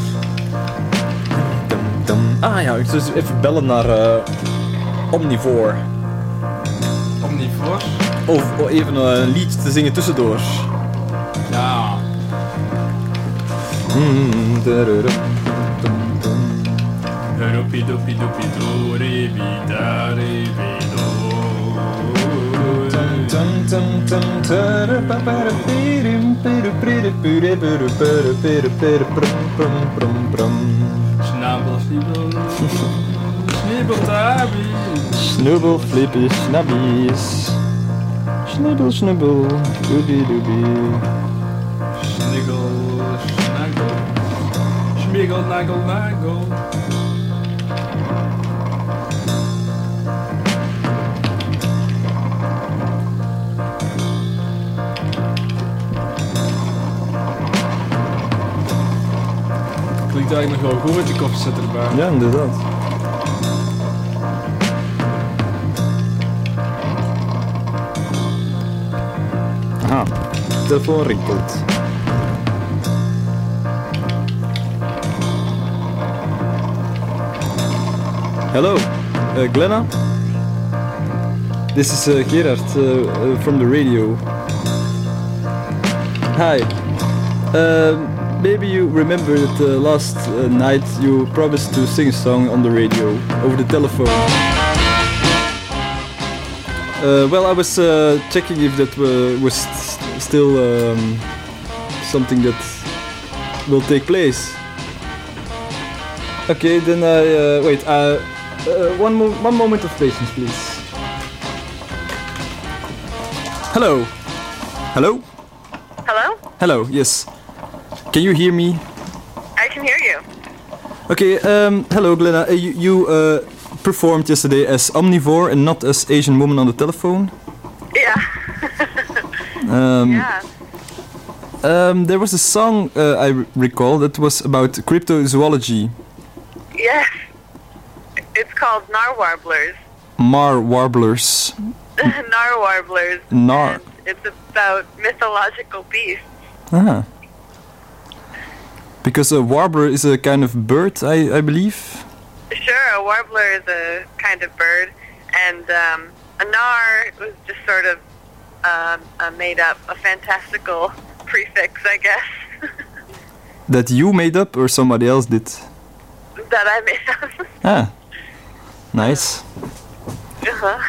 Dum, dum. Ah ja, ik zou eens even bellen naar uh, Omnivore. Omnivore? Of, of even uh, een liedje te zingen tussendoor. Ja. Mm, Roepie doepie doepie do, rebi da rebi do. Snabbel, snibbel, snibbeltabi. Snubbel, flippy, snabbies. Snibbel, snubbel, doobie doobie. Sniggle, snaggle. Schmiggel, nagel, nagel. Klinkt eigenlijk nog wel goed met die koffiezet erbij. Ja, inderdaad. Aha, de telefoon rinkelt. Hello, uh, Glenna. This is uh, Gerard uh, uh, from the radio. Hi. Um, maybe you remember that uh, last uh, night you promised to sing a song on the radio over the telephone. Uh, well, I was uh, checking if that uh, was st- still um, something that will take place. Okay, then I uh, wait. Uh, uh, one mo- one moment of patience, please. Hello. Hello. Hello? Hello. Yes. Can you hear me? I can hear you. Okay. Um. Hello, Glenna. Uh, you you uh, performed yesterday as Omnivore and not as Asian Woman on the Telephone. Yeah. Um, yeah. Um. There was a song uh, I r- recall that was about cryptozoology. Yes. It's called Narwarblers. Mar warblers. Narwarblers. Nar. And it's about mythological beasts. Ah. Because a warbler is a kind of bird, I, I believe. Sure, a warbler is a kind of bird, and um, a nar was just sort of um, a made up, a fantastical prefix, I guess, That you made up or somebody else did? that I made up. Ah. Nice. Uh-huh.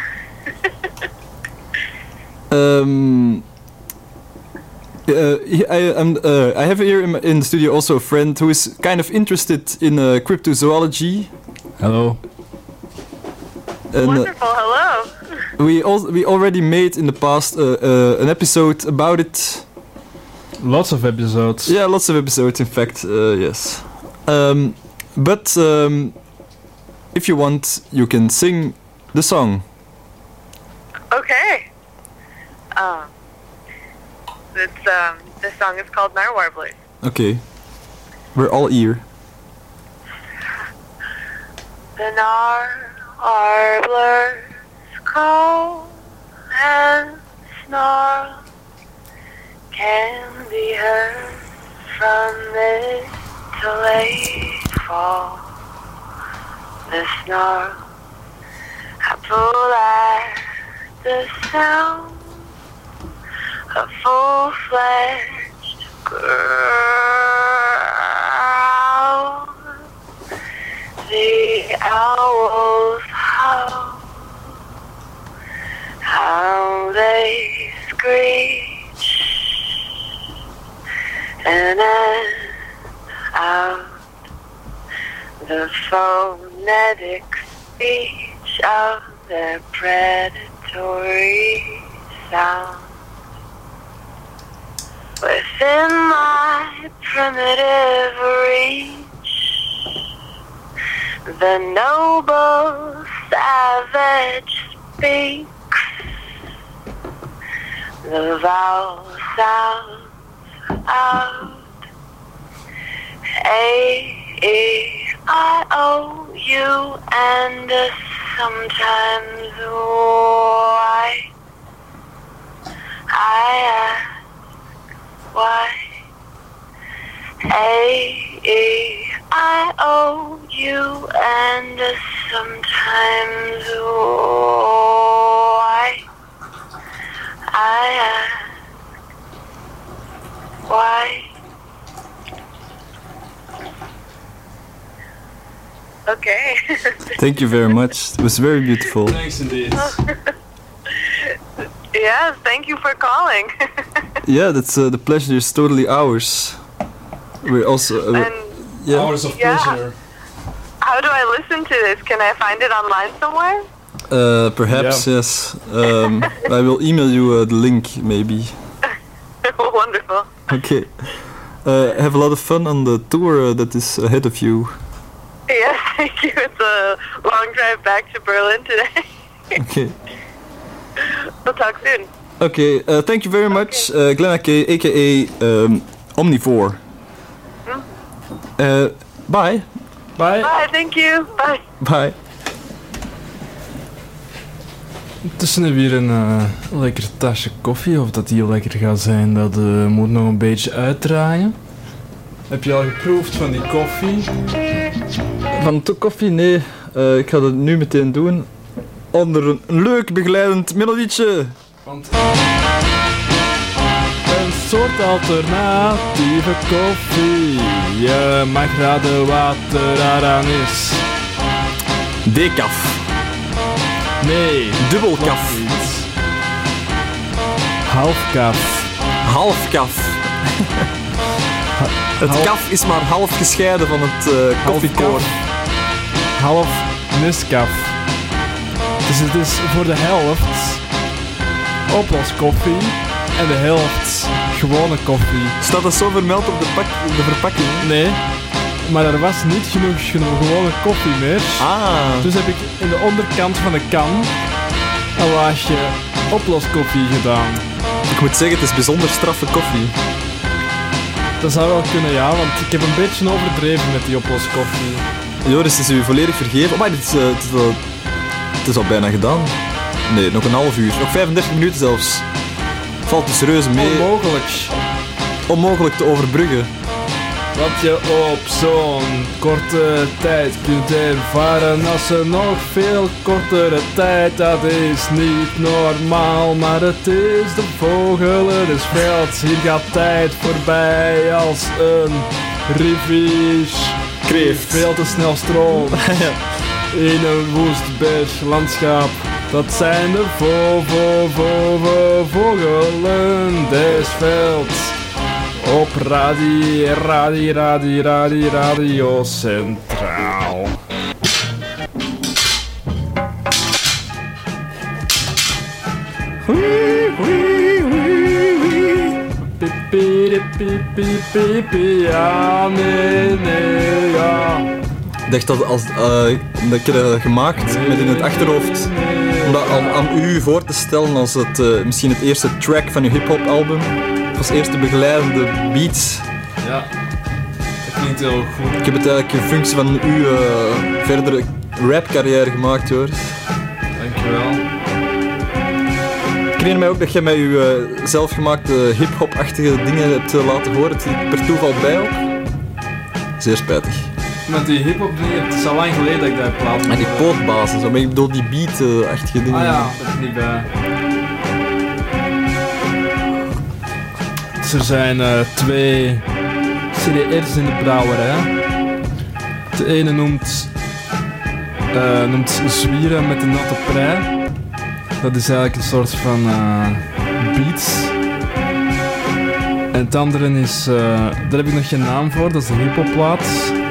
Um. Uh, I, I'm, uh, I have here in, my, in the studio also a friend who is kind of interested in uh, cryptozoology. Hello. And, uh, Wonderful, hello. we al- we already made in the past uh, uh, an episode about it. Lots of episodes. Yeah, lots of episodes, in fact. Uh, yes. Um, but um, if you want, you can sing the song. Okay. Um, it's, um, this song is called Narwarblers. Okay. We're all ear. The Narwarblers call and snarl can be heard from mid to late fall. The snarl, I pull at the sound of full-fledged growl. The owls howl, how they screech, and then out the phonetic speech of their predatory sound. Within my primitive reach, the noble savage speaks. The vowel sounds out. A, E, I, O, U, and uh, sometimes why. I ask why. A, E, I, O, U, and uh, sometimes why. I ask why. Okay. Thank you very much. It was very beautiful. Thanks indeed. Yes, thank you for calling. Yeah, that's uh, the pleasure is totally ours. We're also uh, And yeah. Hours of Yeah. pleasure. how do I listen to this? Can I find it online somewhere? Uh, perhaps Yeah. yes. Um, I will email you uh, the link maybe. Wonderful. Okay. Uh, have a lot of fun on the tour uh, that is ahead of you. Yes, thank you. It's a long drive back to Berlin today. Okay. We'll talk soon. Okay. Uh, thank you very much, uh, Glenna K, aka um, Omnivore. Hmm? Uh, bye. Bye. Bye, thank you. Bye. Bye. Tussen hebben we hier een uh, lekker tasje koffie. Of dat die lekker gaat zijn, dat uh, moet nog een beetje uitdraaien. Heb je al geproefd van die koffie? Van de koffie? Nee. Uh, ik ga dat nu meteen doen. Onder een leuk begeleidend melodietje. Want een soort alternatieve koffie. Je mag raden wat er aan is. Decaf. Nee, Dubbelkaf. klopt niet. Halfkaf. Halfkaf. Het Half- kaf is maar half gescheiden van het uh, koffiekoor. Half Nescaf. Dus het is voor de helft oploskoffie en de helft gewone koffie. Staat dat zo vermeld op de, pak, de verpakking? Nee, maar er was niet genoeg gewone koffie meer. Ah. Dus heb ik in de onderkant van de kan een laagje oploskoffie gedaan. Ik moet zeggen, het is bijzonder straffe koffie. Dat zou wel kunnen, ja, want ik heb een beetje overdreven met die oploskoffie. Joris, is u volledig vergeven? Oh, maar dit is, uh, het, is al, het is al bijna gedaan. Nee, nog een half uur. Nog vijfendertig minuten zelfs. Valt dus reuze mee. Onmogelijk. Onmogelijk te overbruggen. Wat je op zo'n korte tijd kunt ervaren als een nog veel kortere tijd. Dat is niet normaal, maar het is de vogel des velds. Hier gaat tijd voorbij als een rivier. Kreeft. Veel te snel stroomt. In een woest berglandschap. Dat zijn de vo, vo, vo, vo, vogelen des velds. Op radio, radio, radio, radio, radio Centraal. Pipi, pipi, pipi, ja, nee, nee, ja. Ik dacht dat, als, uh, dat ik het uh, gemaakt met in het achterhoofd om dat aan, aan u voor te stellen als het, uh, misschien het eerste track van uw hip-hop album. Als eerste begeleidende beat. Ja, dat klinkt heel goed. Ik heb het eigenlijk in functie van uw uh, verdere rapcarrière gemaakt, Joris. Dankjewel. Ik herinner mij ook dat jij met je uh, zelfgemaakte hip-hop-achtige dingen hebt uh, laten horen. Het zit per toeval bij ook. Zeer spijtig. Met die hip-hop dingen, het is al lang geleden dat ik dat heb laten. En die pootbazen, zo, maar ik bedoel die beat-achtige dingen. Ah ja, dat is niet bij. Dus er zijn uh, twee C D R's in de brouwerij. De ene noemt, uh, noemt Zwieren met de natte prei. Dat is eigenlijk een soort van uh, beats. En het andere is, uh, daar heb ik nog geen naam voor, dat is de hip-hopplaat.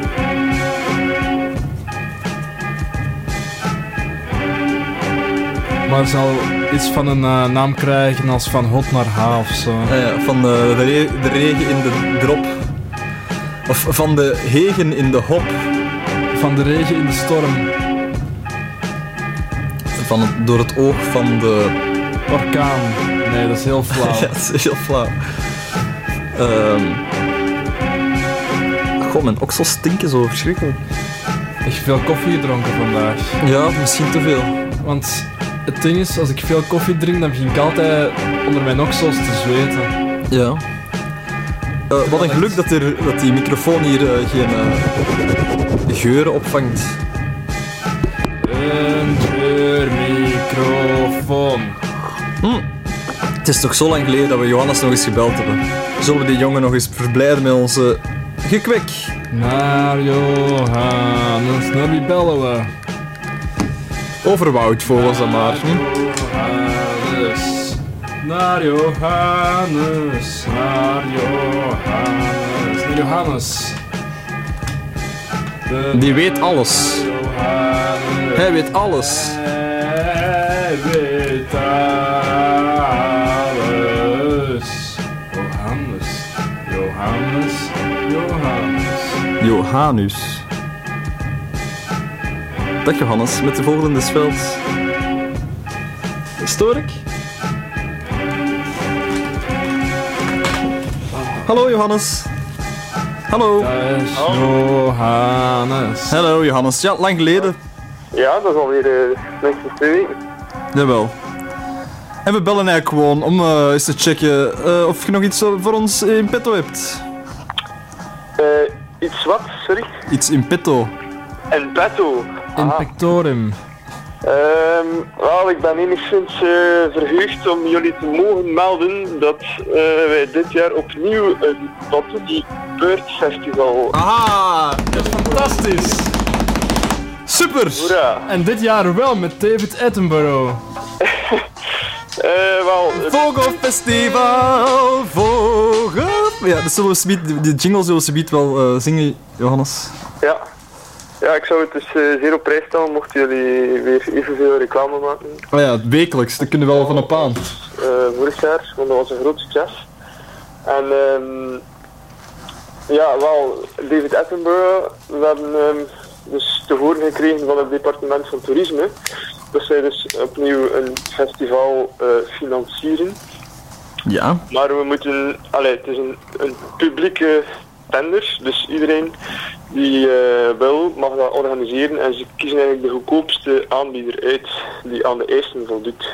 Maar het zal iets van een uh, naam krijgen als van hot naar ha of zo. Ja, ja, van de, de, re- de regen in de drop. Of van de hegen in de hop. Van de regen in de storm. Van het, door het oog van de... orkaan. Nee, dat is heel flauw. Ja, dat is heel flauw. Um... Goh, mijn oksels stinken zo verschrikkelijk. Heb je veel koffie gedronken vandaag? Ja, misschien te veel. Want het ding is, als ik veel koffie drink, dan begin ik altijd onder mijn oksels te zweten. Ja. Uh, wat een geluk dat, er, dat die microfoon hier uh, geen uh, geuren opvangt. Een geurmicrofoon. Hm. Het is toch zo lang geleden dat we Johannes nog eens gebeld hebben. Zullen we die jongen nog eens verblijden met onze gekwek? Naar Johannes, naar wie bellen we? Over Woudvogels dan maar. Hm? Johannes, naar Johannes, naar Johannes, naar Johannes. De Die weet alles. Johannes. Hij weet alles. Hij weet alles. Johannes, Johannes, Johannes. Johannes. Dag Johannes, met de volgende des velds. Stoor ik? Hallo Johannes. Hallo. Dat is Johannes. Hallo Johannes. Ja, lang geleden. Ja, dat is alweer uh, minstens twee weken. Jawel. En we bellen eigenlijk gewoon om uh, eens te checken uh, of je nog iets voor ons in petto hebt. Uh, iets wat, sorry? Iets in petto. In petto? In pectorum. Um, wel, ik ben enigszins uh, verheugd om jullie te mogen melden dat uh, wij dit jaar opnieuw een Batterie Bird Festival... Aha! Dat is fantastisch! Super! Hoera! En dit jaar wel met David Attenborough. Uh, wel... Vogelfestival, vogel... Ja, dat zullen we subiet, die jingle zullen we subiet wel uh, zingen, Johannes. Ja. Ja, ik zou het dus uh, zeer op prijs stellen mochten jullie weer evenveel reclame maken. Oh ja, wekelijks, dat kunnen we wel van op aan. Uh, vorig jaar, want dat was een groot succes. En um, ja, wel, David Attenborough, we hebben um, dus te horen gekregen van het departement van toerisme dat zij dus opnieuw een festival uh, financieren. Ja. Maar we moeten, allee, het is een, een publieke tender, dus iedereen die uh, wil mag dat organiseren en ze kiezen eigenlijk de goedkoopste aanbieder uit die aan de eisen voldoet.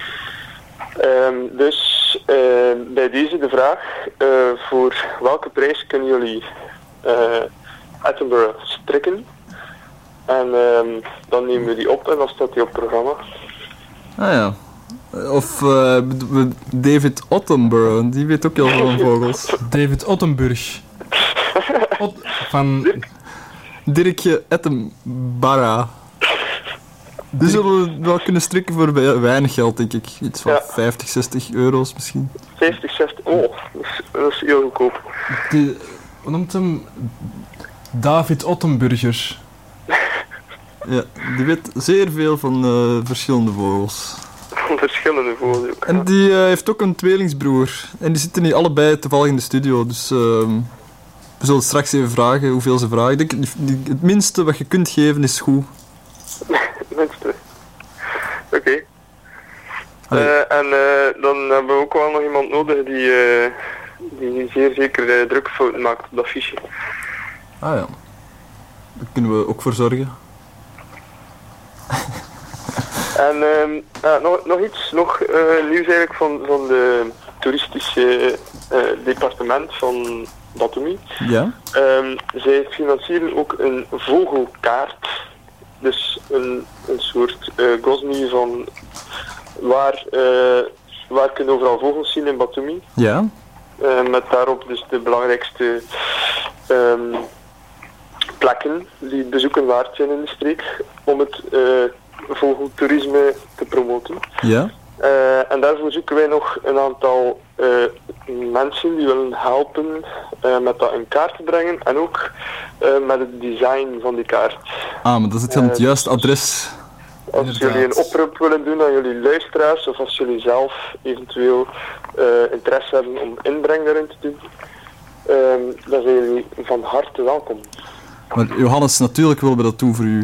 Um, dus uh, bij deze de vraag, uh, voor welke prijs kunnen jullie uh, Attenborough strikken? En um, dan nemen we die op en dan staat die op het programma. Ah ja. Of uh, David Attenborough, die weet ook heel veel van vogels. David Ottenburg. Ot van... Dirkje Attenborough. Die zullen we wel kunnen strikken voor weinig geld, denk ik. Iets van ja. vijftig, zestig euro's misschien. vijftig, zestig, oh, dat is, dat is heel goedkoop. Die, hoe noemt hem? David Ottenburger. Ja, die weet zeer veel van uh, verschillende vogels. Van verschillende vogels ook. En die uh, heeft ook een tweelingsbroer. En die zitten niet allebei toevallig in de studio, dus... Uh, we zullen straks even vragen hoeveel ze vragen. Ik denk, het minste wat je kunt geven is goed. Het minste. Oké. Okay. Uh, en uh, dan hebben we ook wel nog iemand nodig die, uh, die zeer zeker uh, drukfouten maakt op dat fiche. Ah ja. Daar kunnen we ook voor zorgen. En um, ja, nog, nog iets, nog uh, nieuws eigenlijk van, van de toeristische uh, departement van Batumi. Ja. Um, zij financieren ook een vogelkaart. Dus een, een soort uh, Gosmi van waar, uh, waar kunnen overal vogels zien in Batumi. Ja. Uh, met daarop dus de belangrijkste um, plekken die bezoeken waard zijn in de streek om het uh, vogeltoerisme te promoten. Ja. Uh, en daarvoor zoeken wij nog een aantal uh, mensen die willen helpen uh, met dat in kaart te brengen en ook uh, met het design van die kaart. Ah, maar dat zit aan het Uh, juiste adres. Als Inderdaad. jullie een oproep willen doen aan jullie luisteraars of als jullie zelf eventueel uh, interesse hebben om inbreng daarin te doen, um, dan zijn jullie van harte welkom. Maar Johannes, natuurlijk willen we dat doen voor u.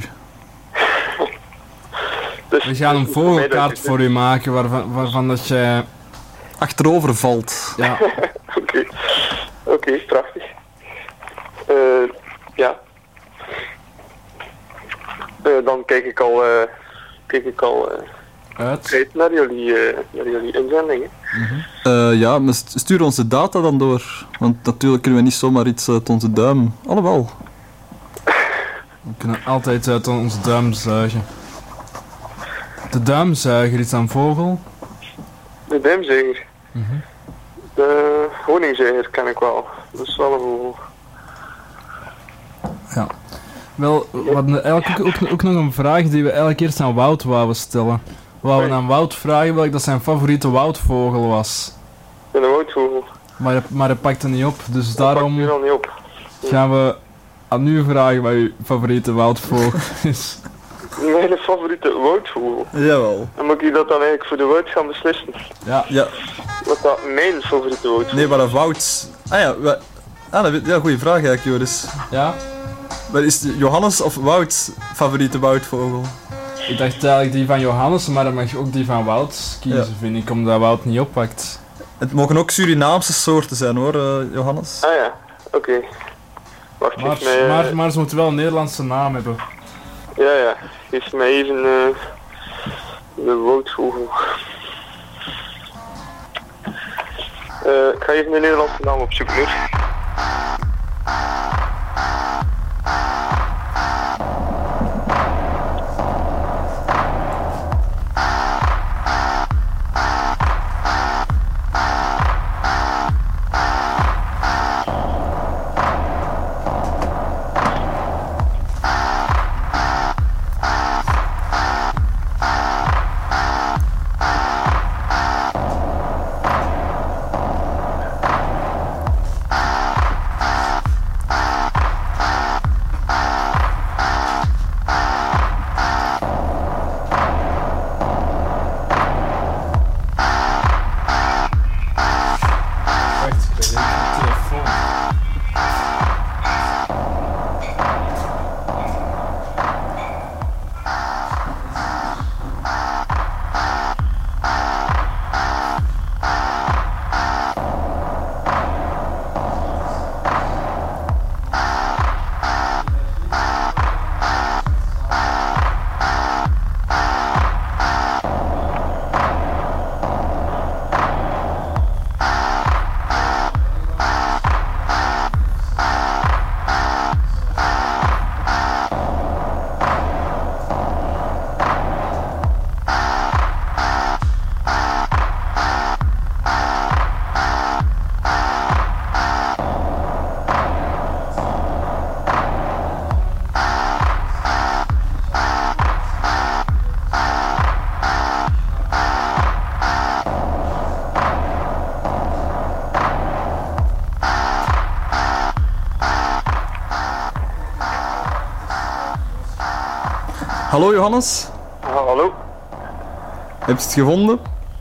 Dus, We gaan een vogelkaart voor u maken waarvan, waarvan dat je... achterover valt. Ja. Oké, oké, okay, prachtig. Uh, ja. Uh, dan kijk ik al, uh, kijk ik al uh, uit. uit naar jullie, uh, naar jullie inzendingen. Uh, ja, maar st- stuur ons de data dan door. Want natuurlijk kunnen we niet zomaar iets uit onze duim. Alhoewel. We kunnen altijd uit onze duim zuigen. De duimzuiger is een vogel. De duimzuiger. Mm-hmm. De honingzuiger ken ik wel. Dat is wel een vogel. Ja. Wel, we hadden eigenlijk ook, ook, ook nog een vraag die we eigenlijk eerst aan Wout wouden stellen. We wouden aan Wout vragen welk dat zijn favoriete woudvogel was. Een woudvogel. Maar hij, maar hij pakt het niet op, dus daarom nu al niet op. gaan we aan u vragen wat uw favoriete woudvogel is. Mijn favoriete woudvogel? Jawel. Dan moet ik dat dan eigenlijk voor de woud gaan beslissen. Ja. Ja. Wat dat mijn favoriete woudvogel? Nee, maar een woud... Ah ja, we... ah, dat weet... ja, goeie vraag eigenlijk, Joris. Ja? Maar is het Johannes of Wout favoriete woudvogel? Ik dacht eigenlijk die van Johannes, maar dan mag je ook die van Wout kiezen, Ja. vind ik, omdat Wout niet oppakt. Het mogen ook Surinaamse soorten zijn hoor, uh, Johannes. Ah ja, oké. Okay. Wacht, Maar, geef mij... Uh... maar, maar ze moeten wel een Nederlandse naam hebben. Ja, ja. Geef mij even uh, de woudvogel. Uh, ik ga even de Nederlandse naam opzoeken hoor. Hallo Johannes? Ah, hallo. Heb je het gevonden?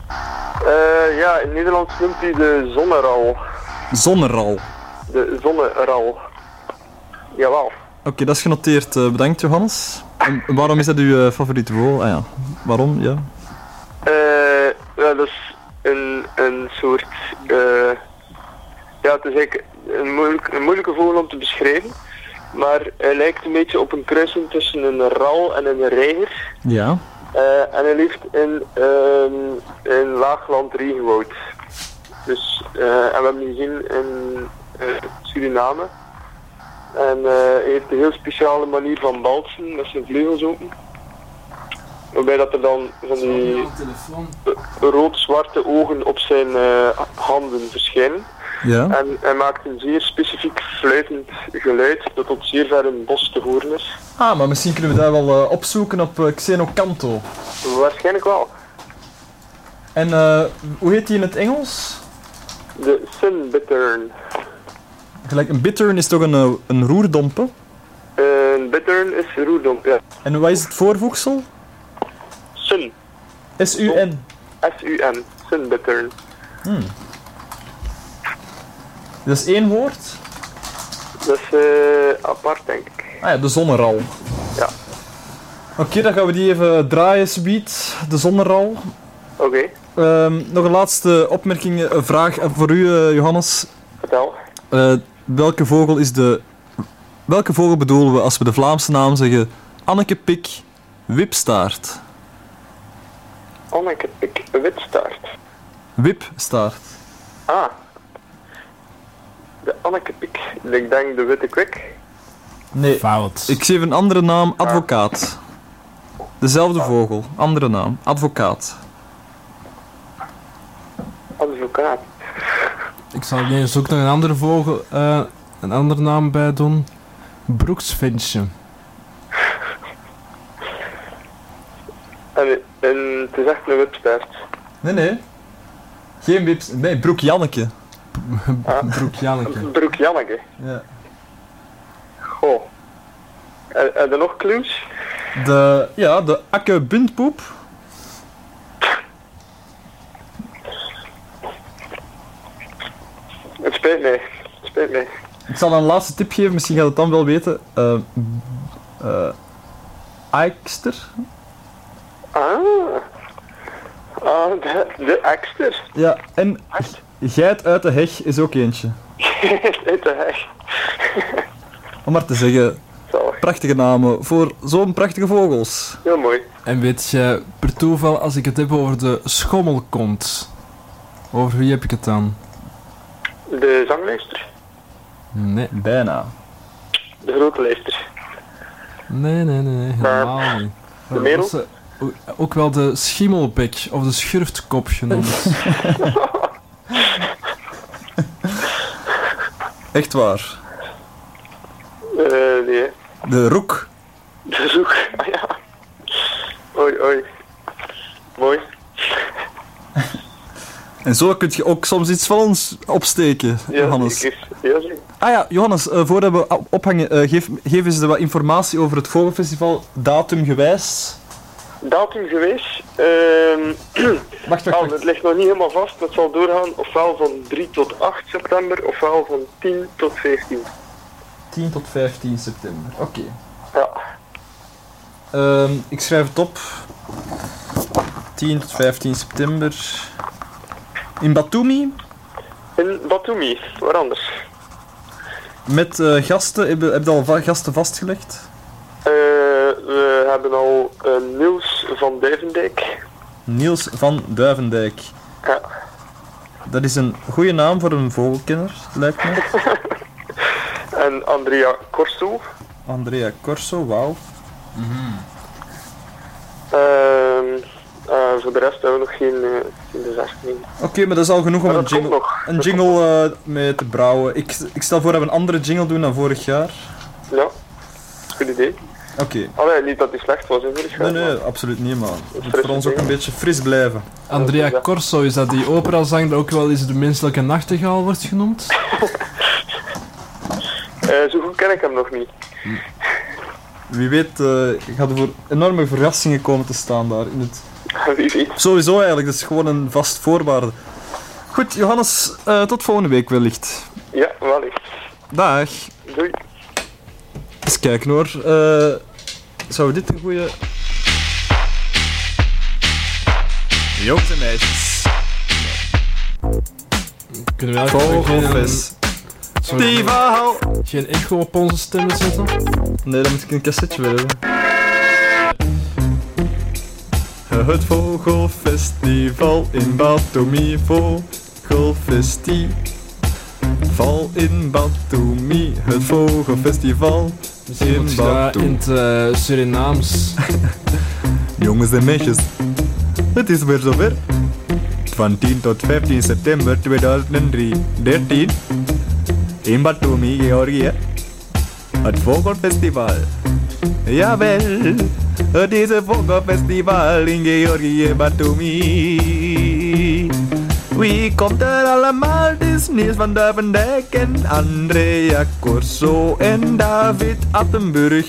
Uh, ja, in Nederlands noemt hij de zonneral. Zonneral? De zonneral. Jawel. Oké, okay, dat is genoteerd. Uh, bedankt Johannes. En waarom is dat uw uh, favoriete vogel? Ah ja, waarom? Ja. Uh, ja, dat is een, een soort... Uh, ja, het is eigenlijk een, moeilijk, een moeilijke vogel om te beschrijven. Maar hij lijkt een beetje op een kruising tussen een ral en een reiger. Ja. Uh, en hij leeft in, um, in laagland regenwoud. Dus, uh, en we hebben hem gezien in uh, Suriname. En uh, hij heeft een heel speciale manier van balsen met zijn vleugels open. Waarbij dat er dan van die rood-zwarte ogen op zijn uh, handen verschijnen. Ja. En hij maakt een zeer specifiek fluitend geluid dat tot zeer ver in het bos te horen is. Ah, maar misschien kunnen we dat wel uh, opzoeken op uh, Xenocanto. Waarschijnlijk wel. En uh, hoe heet die in het Engels? De Sun Bittern. Gelijk, een bittern is toch een, uh, een roerdompe? Uh, een bittern is roerdomp, ja. En wat is het voorvoegsel? Sun. S U N. S U N. Sun Bittern. Hmm. Dat is één woord? Dat is uh, apart, denk ik. Ah ja, de zonneral. Ja. Oké, okay, dan gaan we die even draaien, subiet. De zonneral. Oké. Okay. Um, nog een laatste opmerking, een vraag voor u, uh, Johannes. Vertel. Uh, welke vogel is de... Welke vogel bedoelen we als we de Vlaamse naam zeggen? Anneke Pik, wipstaart. Anneke Pik, wipstaart. Wipstaart. Ah. De Anneke Pik. Ik denk de witte kwik. Nee. Fout. Ik geef een andere naam, advocaat. Dezelfde ah. vogel, andere naam, advocaat. Advocaat. Ik zal er eens ook nog een andere vogel, uh, een andere naam bij doen. Broeksvinsje. En, en het is echt een wipstaart. Nee, nee. Geen wips... Nee, Broek Janneke. Ah. Broek Janneke. Broek Janneke. Ja. Goh. En, en er nog clues? De... Ja, de Akke Buntpoep. Het spijt mij. Het spijt mij. Ik zal een laatste tip geven, misschien gaat het dan wel weten. Uh, uh, Aikster. Ah. Ah, de, de ekster. Ja, en geit uit de heg is ook eentje. Geit uit de heg. Om maar te zeggen, Zalig. Prachtige namen voor zo'n prachtige vogels. Heel mooi. En weet je, per toeval, als ik het heb over de schommelkont, over wie heb ik het dan? De zanglijster. Nee. Bijna. De grote lijster. Nee, nee, nee, nee, helemaal niet. De merel? Ze, ook wel de schimmelbek of de schurftkop genoemd. Echt waar. Uh, nee. De roek. De roek, ah ja. Oei, oei. Mooi. En zo kun je ook soms iets van ons opsteken, ja, Johannes. Zeker. Ja, zeker. Ah ja, Johannes, uh, voordat we ophangen, uh, geef, geef eens wat informatie over het Vogelfestival, datumgewijs. Datum geweest? Uh, wacht, wacht, nou, wacht. het ligt nog niet helemaal vast. Het zal doorgaan ofwel van drie tot acht september, ofwel van tien tot vijftien. tien tot vijftien september, oké. Okay. Ja. Uh, ik schrijf het op. tien tot vijftien september. In Batumi? In Batumi, waar anders? Met uh, gasten, heb je, heb je al va- gasten vastgelegd? Uh, we hebben al uh, Niels van Duivendijk. Niels van Duivendijk. Ja. Dat is een goede naam voor een vogelkenner, lijkt me. En Andrea Corso. Andrea Corso, wauw. Mm-hmm. Uh, uh, voor de rest hebben we nog geen, uh, geen de zestien. Oké, okay, maar dat is al genoeg om maar een jingle, een jingle uh, mee te brouwen. Ik, ik stel voor dat we een andere jingle doen dan vorig jaar. Ja, goed idee. Oké. Okay. Allee, niet dat die slecht was in vorig jaar. Nee, nee, maar absoluut niet, man. Het moet voor ons ook een beetje fris blijven. Andrea Corso, is dat die operazanger dat ook wel eens de menselijke nachtegaal wordt genoemd? uh, zo goed ken ik hem nog niet. Wie weet, uh, gaat er voor enorme verrassingen komen te staan daar in het... Wie weet. Sowieso eigenlijk, dat is gewoon een vast voorwaarde. Goed, Johannes, uh, tot volgende week wellicht. Ja, wellicht. Dag. Doei. Eens kijken hoor. Uh, zou dit een goede... Jongens en meisjes. Kunnen we eigenlijk Vogelvis. geen, Die verhaal. geen echo op onze stemmen zetten? Nee, dan moet ik een cassetje willen. Het Vogelfestival in Batumi. Vogelfestival in Batumi. Het Vogelfestival in Batumi. In het uh, Surinaams. Jongens en meisjes, het is weer zover. Van tien tot vijftien september tweeduizend dertien in Batumi, Georgië. Het Vogelfestival. Jawel, het is een Vogelfestival in Georgië, Batumi. Wie komt er allemaal? Het is Niels van Duivendijk en Andrea Corso en David Attenburg.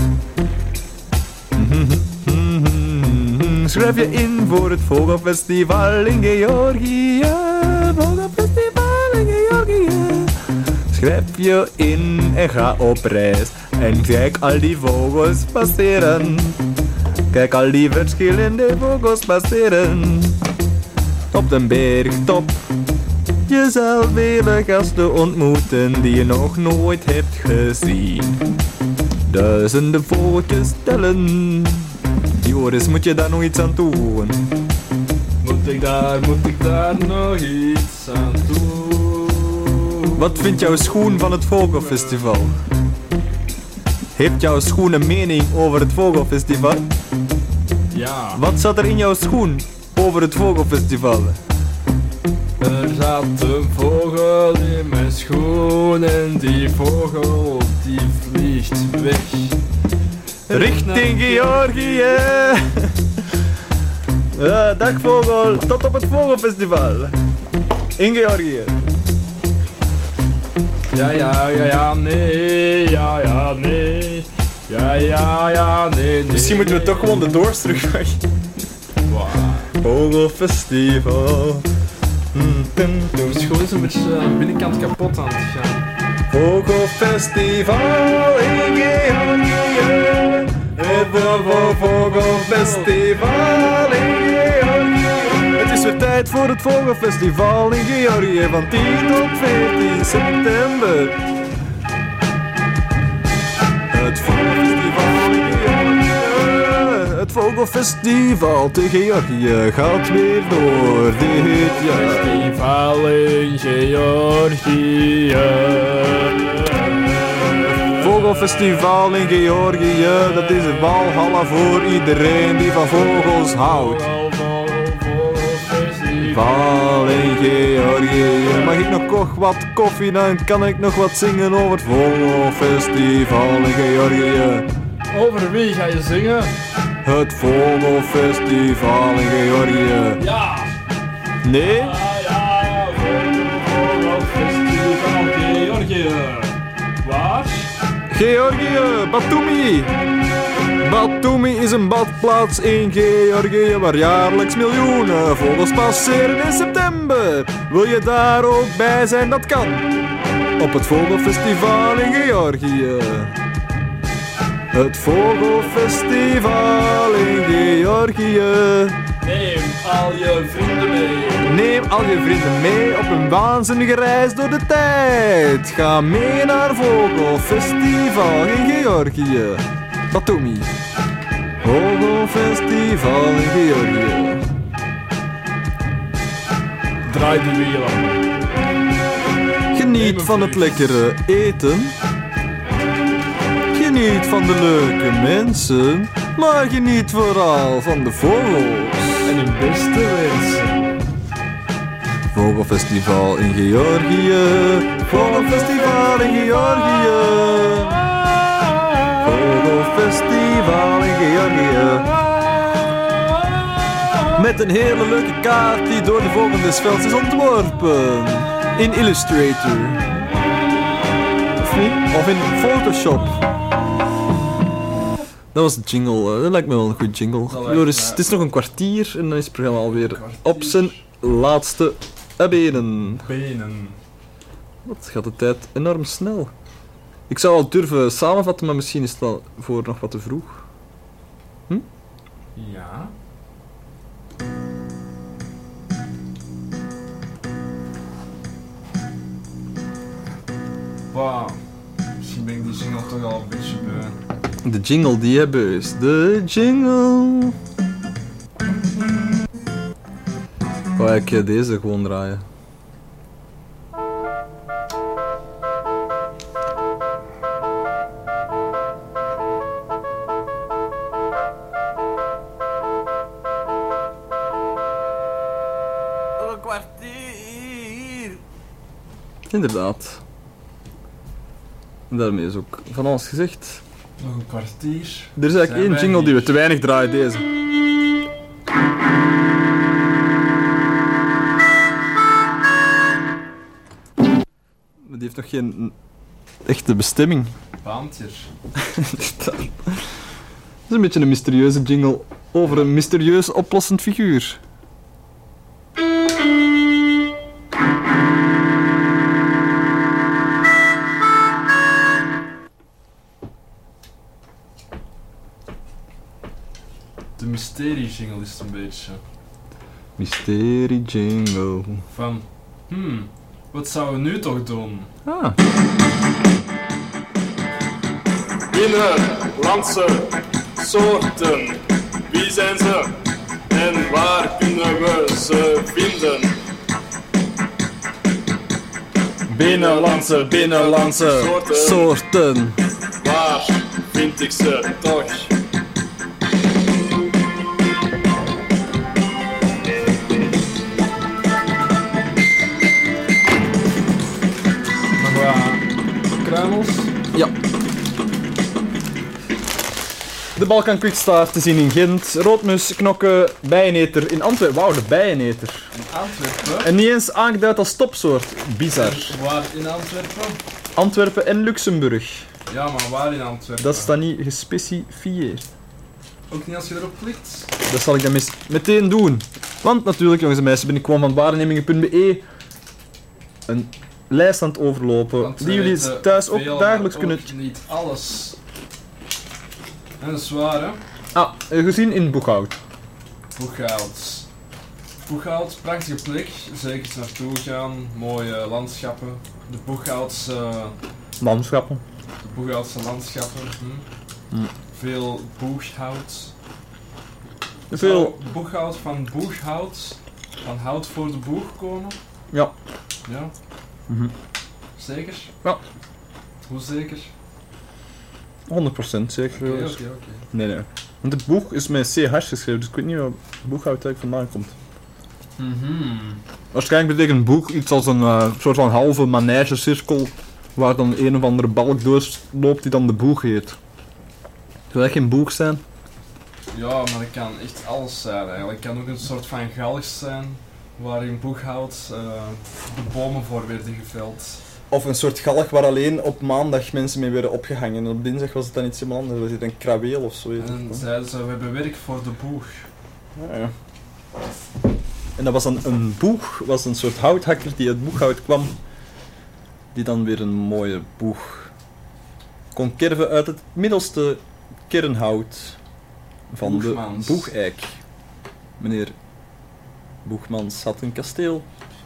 Schrijf je in voor het Vogelfestival in Georgië. Vogelfestival in Georgië. Schrijf je in en ga op reis. En kijk al die vogels passeren. Kijk al die verschillende vogels passeren. Op de bergtop. Je zal vele gasten ontmoeten die je nog nooit hebt gezien. Duizenden vogeltjes tellen. Joris, moet je daar nog iets aan doen? Moet ik daar, moet ik daar nog iets aan doen? Wat vindt jouw schoen van het Vogelfestival? Heeft jouw schoen een mening over het Vogelfestival? Ja. Wat zat er in jouw schoen over het Vogelfestival? Er zat een vogel in mijn schoen en die vogel die vliegt weg. Richting Georgië. uh, dag vogel, tot op het Vogelfestival. In Georgië. Ja, ja, ja, ja, nee, ja, ja, nee. Ja, ja, ja, nee, nee. Misschien moeten we toch gewoon de doors terugleggen. Wow. Vogelfestival. Het is gewoon zo'n beetje aan de binnenkant kapot aan het gaan. Vogelfestival in Georgië. Het Vogelfestival in Georgië. Het is weer tijd voor het Vogelfestival in Georgië van tien tot veertien september. Het Vogelfestival in Georgië. Het Vogelfestival te Georgië gaat weer door dit jaar. Festival in Georgië. Vogelfestival in Georgië, dat is een walhalla voor iedereen die van vogels houdt. Vogelfestival in Georgië. Mag ik nog wat koffie, dan kan ik nog wat zingen over het Vogelfestival in Georgië. Over wie ga je zingen? Het Vogelfestival in Georgië. Ja! Nee? Ja, ja, Vogelfestival Georgië. Waar? Georgië, Batumi. Batumi is een badplaats in Georgië waar jaarlijks miljoenen vogels passeren in september. Wil je daar ook bij zijn? Dat kan. Op het Vogelfestival in Georgië. Het Vogelfestival in Georgië. Neem al je vrienden mee. Neem al je vrienden mee op een waanzinnige reis door de tijd. Ga mee naar Vogelfestival in Georgië. Batumi. Vogelfestival in Georgië. Draai die wielen. Geniet van het lekkere eten. Geniet van de leuke mensen. Maar geniet vooral van de vogels. En hun beste wensen. Vogelfestival in Georgië. Vogelfestival in Georgië. Vogelfestival in Georgië. Met een hele leuke kaart die door de vogel des velds is ontworpen. In Illustrator. Of niet? Of in Photoshop. Dat was de jingle. Dat lijkt me wel een goed jingle. Joris, het is nog een kwartier en dan is het programma alweer op zijn laatste benen. Benen. Wat gaat de tijd enorm snel. Ik zou al durven samenvatten, maar misschien is het al voor nog wat te vroeg. Hm? Ja. Wauw. Misschien ben ik die jingle toch al een beetje beu. De jingle die hebben is de jingle. Wou ik eh, deze gewoon draaien? Een kwartier. Inderdaad. En daarmee is ook van alles gezegd. Nog een kwartier. Er is eigenlijk Zijn één wij jingle die hier? we te weinig draaien, deze. Maar die heeft nog geen echte bestemming. Baantje. Dat is een beetje een mysterieuze jingle over een mysterieus oplossend figuur. De mysterie-jingle is het een beetje. Mysterie jingle. Van, hmm, wat zouden we nu toch doen? Ah. Binnenlandse soorten. Wie zijn ze? En waar kunnen we ze vinden? Binnenlandse, binnenlandse soorten. soorten. Waar vind ik ze toch? Nog wat kruimels? Ja. De Balkan Quickstart te zien in Gent. Roodmus, knokken, bijeneter in Antwerpen. Wauw, de bijeneter. In Antwerpen? En niet eens aangeduid als topsoort. Bizar. En waar in Antwerpen? Antwerpen en Luxemburg. Ja, maar waar in Antwerpen? Dat staat niet gespecifieerd. Ook niet als je erop klikt? Dat zal ik dan mis- meteen doen. Want natuurlijk, jongens en meisjes, ben ik gewoon van waarnemingen punt b e een lijst aan het overlopen. Want die we jullie weten thuis ook veel, dagelijks maar kunnen... ook niet alles. En dat is waar, hè? Ah, eh, gezien in Boeghout. Boeghout. Boeghout, prachtige plek. Zeker naartoe gaan. Mooie landschappen. De Boeghoutse... Manschappen. De Boeghoutse landschappen. Hm. Hm. Veel boeghout. Veel- Zou boeghout van boeghout, van hout voor de boeg komen? Ja. Ja. Mhm. Zeker? Ja. Hoe zeker? honderd procent zeker. Oké, jongens. oké, oké. Nee, nee. Want het boeg is met C H geschreven, dus ik weet niet waar Boeghout eigenlijk vandaan komt. Mhm. Waarschijnlijk betekent boeg iets als een eh, soort van halve manegecirkel waar dan een of andere balk doorloopt die dan de boeg heet. Zou dat geen boeg zijn? Ja, maar het kan echt alles zijn eigenlijk. Het kan ook een soort van galg zijn waar in Boeghout uh, de bomen voor werden geveld. Of een soort galg waar alleen op maandag mensen mee werden opgehangen. En op dinsdag was het dan iets helemaal anders. Was het een kraweel of zo. weet En ik. zeiden ze, we hebben werk voor de boeg. Ja, ja. En dat was dan een boeg, was een soort houthakker die uit Boeghout kwam. Die dan weer een mooie boeg kon kerven uit het middelste kernhout van Boegmans. de boegeik. Meneer Boegmans had een kasteel,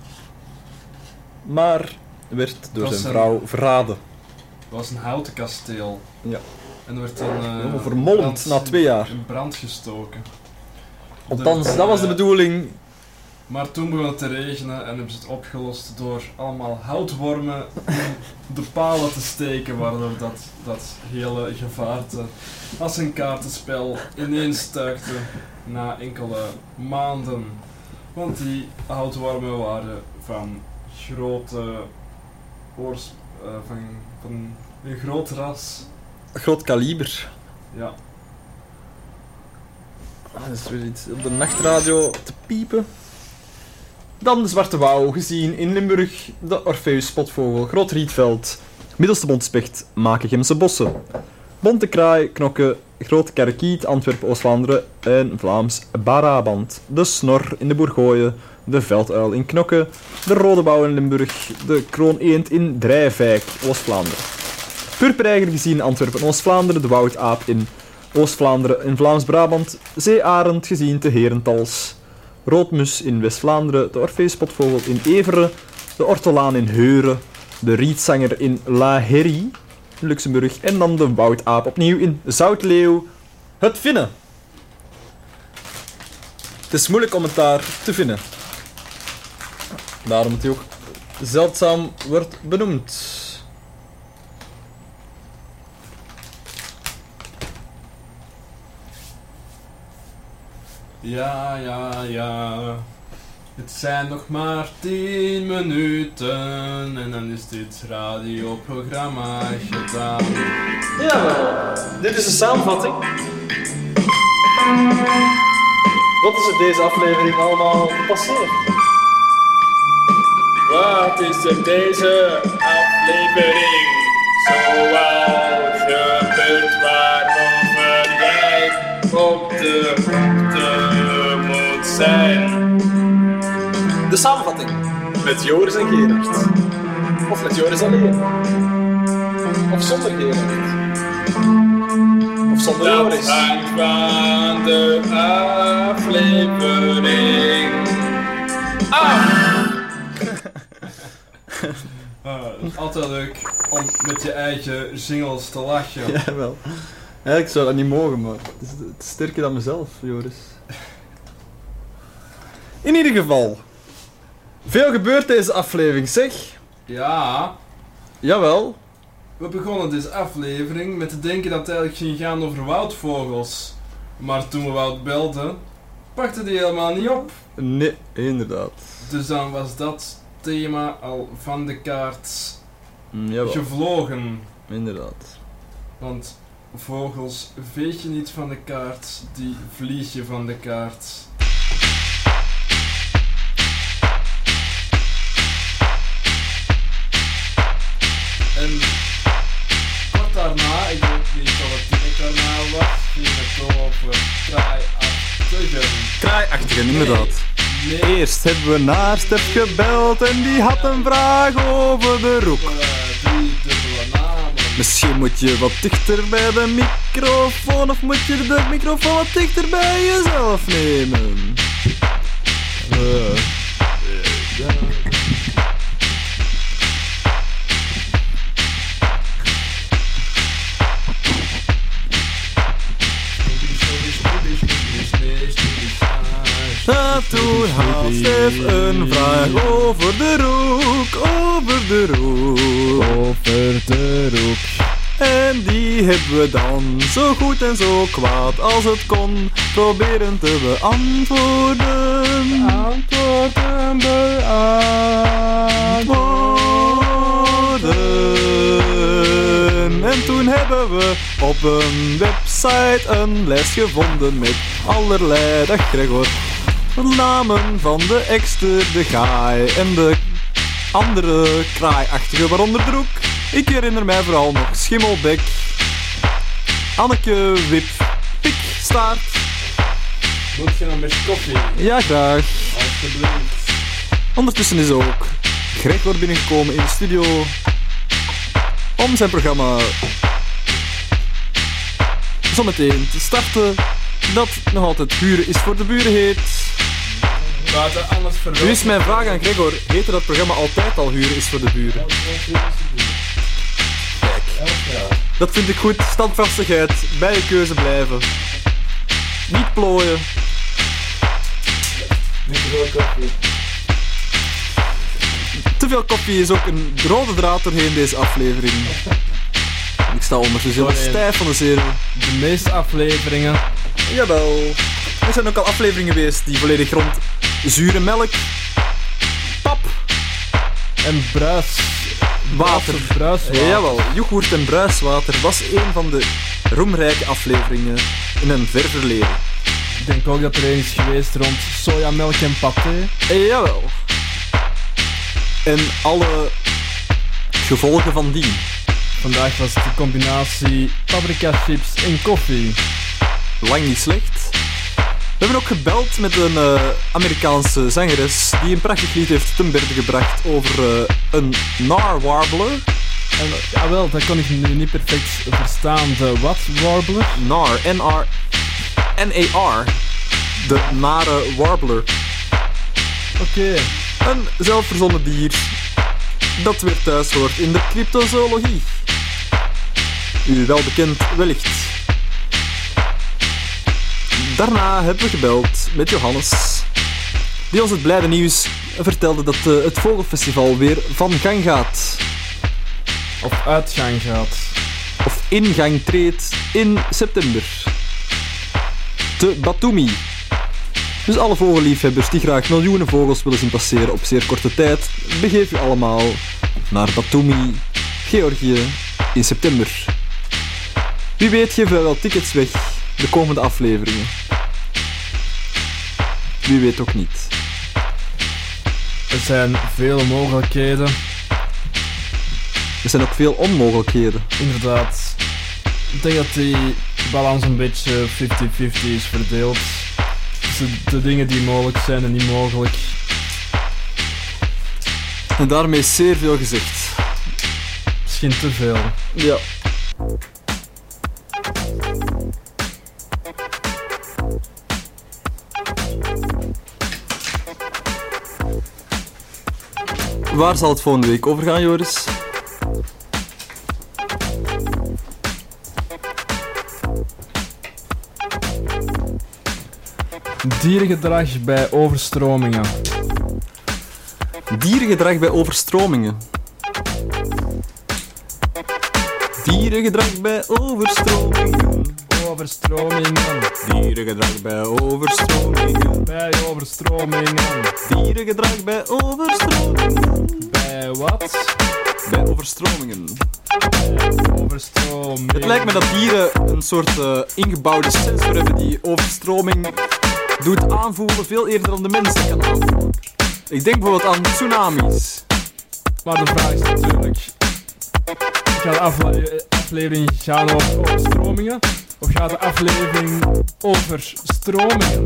maar werd door Dat was zijn een- vrouw verraden. Het was een houten kasteel. Ja. En er werd dan uh, Helemaal vermolmd na twee jaar. in brand gestoken. Althans, De- dat was de eh, bedoeling. Maar toen begon het te regenen en hebben ze het opgelost door allemaal houtwormen in de palen te steken, waardoor dat, dat hele gevaarte als een kaartenspel ineens stuikte na enkele maanden. Want die houtwormen waren van grote oors, uh, van, van een groot ras. Groot kaliber. Ja. Ah, dat is weer iets op de nachtradio te piepen. Dan de Zwarte Wouw, gezien in Limburg, de Orpheus Spotvogel, Groot Rietveld, Middelste Bontspecht, Makegemse Bossen, Bonte Kraai, Knokke, Grote Kerkiet, Antwerpen, Oost-Vlaanderen en Vlaams Brabant, de Snor in de Bourgogne, de Velduil in Knokke, de Rode Wouw in Limburg, de Krooneend in Drijvijk, Oost-Vlaanderen. Purpereiger gezien in Antwerpen en Oost-Vlaanderen, de Woudaap in Oost-Vlaanderen en Vlaams-Brabant, Zeearend gezien te Herentals, Roodmus in West-Vlaanderen, de Orpheus-spotvogel in Everen, de Ortolaan in Heuren, de Rietzanger in La Herrie, in Luxemburg, en dan de Woudaap opnieuw in Zoutleeuw, het vinden. Het is moeilijk om het daar te vinden. Daarom dat hij ook zeldzaam wordt benoemd. Ja, ja, ja. Het zijn nog maar tien minuten en dan is dit radioprogramma gedaan. Jawel, dit is de samenvatting. Wat is er deze aflevering allemaal gepasseerd? Wat is er deze aflevering zoal gebeurd waarover jij op de hoogte moet zijn? De samenvatting. Met Joris en Gerard. Of met Joris alleen. Of zonder Gerard. Of zonder Dat Joris. hangt van de aflevering af. Ah, het is altijd leuk om met je eigen jingles te lachen. Jawel. Eigenlijk zou dat niet mogen, maar het is, het is sterker dan mezelf, Joris. In ieder geval. Veel gebeurt deze aflevering, zeg. Ja. Jawel. We begonnen deze aflevering met te denken dat het eigenlijk ging gaan over woudvogels. Maar toen we Wout belden, pakte die helemaal niet op. Nee, inderdaad. Dus dan was dat thema al van de kaart Mm, jawel. gevlogen. Inderdaad. Want vogels veeg je niet van de kaart, die vlieg je van de kaart. En kort daarna, ik weet niet of het direct daarna was, ging het over kraaiachtigen. Kraaiachtigen, inderdaad. Nee. Eerst hebben we naar Stef gebeld en die had een vraag over de roek. Uh, die dubbele namen. Misschien moet je wat dichter bij de microfoon of moet je de microfoon wat dichter bij jezelf nemen. Uh. Ja. En toen had Stef een vraag over de roek, over de roek, over de roek. En die hebben we dan zo goed en zo kwaad als het kon proberen te beantwoorden. Antwoorden beantwoorden. En toen hebben we op een website een lijst gevonden met allerlei, dag Gregor, namen van de ekster, de gaai en de andere kraaiachtige, waaronder de roek. Ik herinner mij vooral nog Schimmelbek, Anneke, Wip, Pik, Staart. Moet je een beetje koffie? Ja, graag. Alsjeblieft. Ondertussen is ook Gregor binnengekomen in de studio om zijn programma zometeen te starten, dat nog altijd Huren is voor de buren heet. Buiten anders verwelken. Nu is mijn vraag aan Gregor, heette dat programma altijd al Huren is voor de buren? Kijk, dat vind ik goed, standvastigheid, bij je keuze blijven. Niet plooien. Niet te veel koffie. Te veel koffie is ook een rode draad doorheen deze aflevering. Ik sta ondertussen heel stijf van de zenuw. De meeste afleveringen. Jawel. Er zijn ook al afleveringen geweest die volledig rond zure melk, pap en bruis. Water. Bruiswater. Jawel, yoghurt en bruiswater was een van de roemrijke afleveringen in een ver verleden. Ik denk ook dat er een is geweest rond sojamelk en paté. Jawel. En alle gevolgen van die. Vandaag was het de combinatie paprika chips en koffie. Lang niet slecht. We hebben ook gebeld met een uh, Amerikaanse zangeres die een prachtig lied heeft ten berde gebracht over uh, een nar-warbler. En, jawel, dat kon ik nu niet perfect verstaan. De wat warbler? Nar, N-R, N-A-R. De nare warbler. Oké. Okay. Een zelfverzonnen dier dat weer thuis hoort in de cryptozoologie. U wel bekend, wellicht. Daarna hebben we gebeld met Johannes. die ons het blijde nieuws vertelde dat uh, het Vogelfestival weer van gang gaat. Of uitgang gaat. Of in gang treedt in september. Te Batumi. Dus alle vogelliefhebbers die graag miljoenen vogels willen zien passeren op zeer korte tijd, begeef u allemaal naar Batumi, Georgië, in september. Wie weet geven wij wel tickets weg de komende afleveringen. Wie weet ook niet. Er zijn vele mogelijkheden. Er zijn ook veel onmogelijkheden. Inderdaad. Ik denk dat die balans een beetje vijftig vijftig is verdeeld. Tussen de dingen die mogelijk zijn en niet mogelijk. En daarmee is zeer veel gezegd. Misschien te veel. Ja. Waar zal het volgende week over gaan, Joris? Dierengedrag bij overstromingen. Dierengedrag bij overstromingen. Dierengedrag bij overstromingen. Overstromingen. Dierengedrag bij overstromingen. Bij overstromingen. Dierengedrag bij overstromingen. Bij wat? Bij overstromingen. Bij overstromingen. Het lijkt me dat dieren een soort uh, ingebouwde sensor hebben die overstroming doet aanvoelen veel eerder dan de mens dat kan aanvoelen. Ik denk bijvoorbeeld aan tsunamis. Maar de vraag is natuurlijk... Gaat de afle- aflevering gaan over overstromingen? Of gaat de aflevering over stromingen?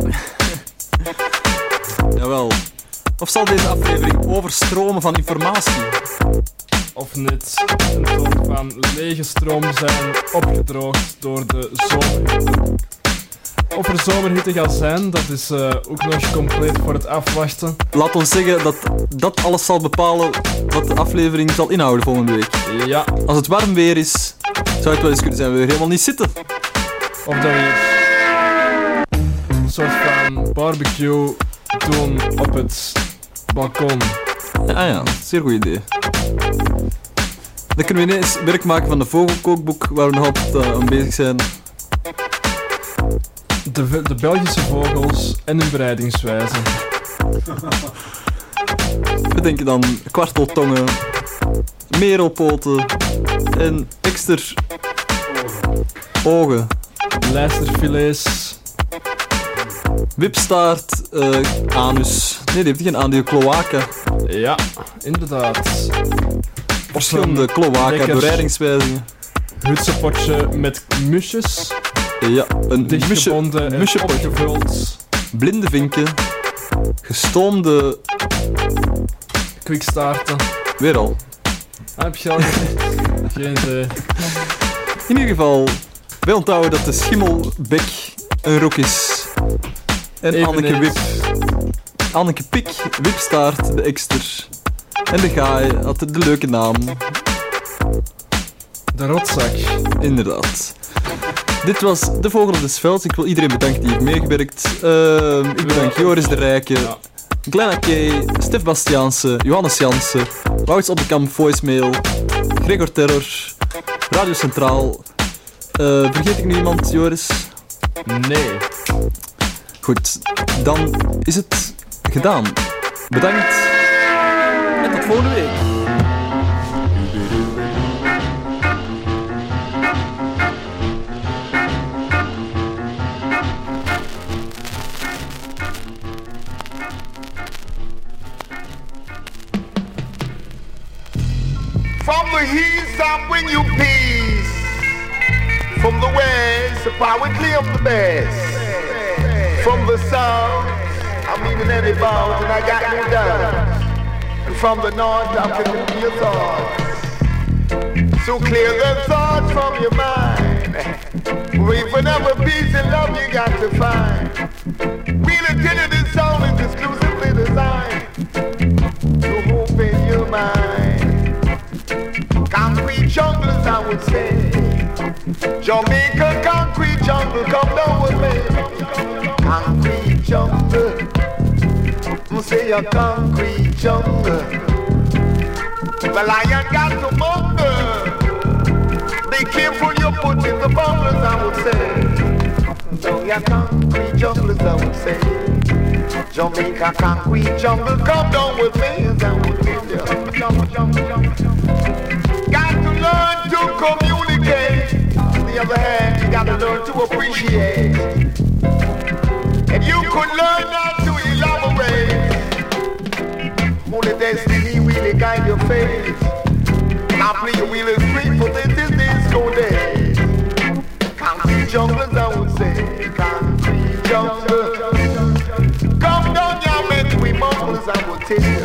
Jawel. Of zal deze aflevering overstromen van informatie? Of net een soort van lege stroom zijn opgedroogd door de zomerhitte? Of er zomerhitte gaat zijn, dat is uh, ook nog compleet voor het afwachten. Laat ons zeggen dat dat alles zal bepalen wat de aflevering zal inhouden volgende week. Ja. Als het warm weer is, zou het wel eens kunnen zijn we weer helemaal niet zitten. Of dat we een soort van barbecue doen op het balkon. Ja, ja, zeer goed idee. Dan kunnen we ineens werk maken van de vogelkookboek waar we nog altijd uh, aan bezig zijn. De, de Belgische vogels en hun bereidingswijze. We denken dan kwarteltongen, merelpoten en ekster ogen. Lijsterfilets. Wipstaart, uh, anus. Nee, die heeft geen aan, die kloaka. Ja, inderdaad. Verschillende kloaka, bereidingswijzingen. Hutsepotje met musjes. Ja, een dichtgebonden en musjepotje. opgevuld. Blinde vinken. Gestoomde... Kwikstaarten. Weer al. Ah, heb je al geen idee. In ieder geval, wij onthouden dat de schimmelbek een rok is. En Eveneens. Anneke Wip. Anneke Pik, Wipstaart, de ekster. En de gaai had de leuke naam. De rotzak. Inderdaad. Dit was De Vogel op des Velds. Ik wil iedereen bedanken die heeft meegewerkt. Uh, ik bedank Joris de Rijke, ja. Glenn Akey, Stef Bastiaanse, Johannes Jansen, Wouts op de Kamp Voicemail, Gregor Terror, Radio Centraal. Uh, vergeet ik nu iemand, Joris? Nee. Goed, dan is het gedaan. Bedankt en tot volgende week. From the east I bring you peace. From the west, the power claim the best. From the south, I'm even any bounds and I got no doubt. And from the north, I'm gonna be your thoughts. So clear the thoughts from your mind. Whenever peace and love you got to find. Real identity soul is exclusively designed to open your mind. Concrete junglers, I would say. Jamaica concrete jungle, come down with me. Concrete jungle, People say a concrete jungle. The lion got to hunger. Be careful you put in the bubbles, I would say. So your concrete junglers, I would say. Jamaica concrete jungle, come down with me, as I would tell you. Jungle, jungle, jungle. Got to learn to communicate. On the other hand, you got to learn to appreciate. And you could learn how to elaborate. Only destiny really guide your fate. Now play your wheel is free for this is disco days. Concrete junglers, I would say. Concrete jungle. Come down, y'all men, we mongrels, I will tell you.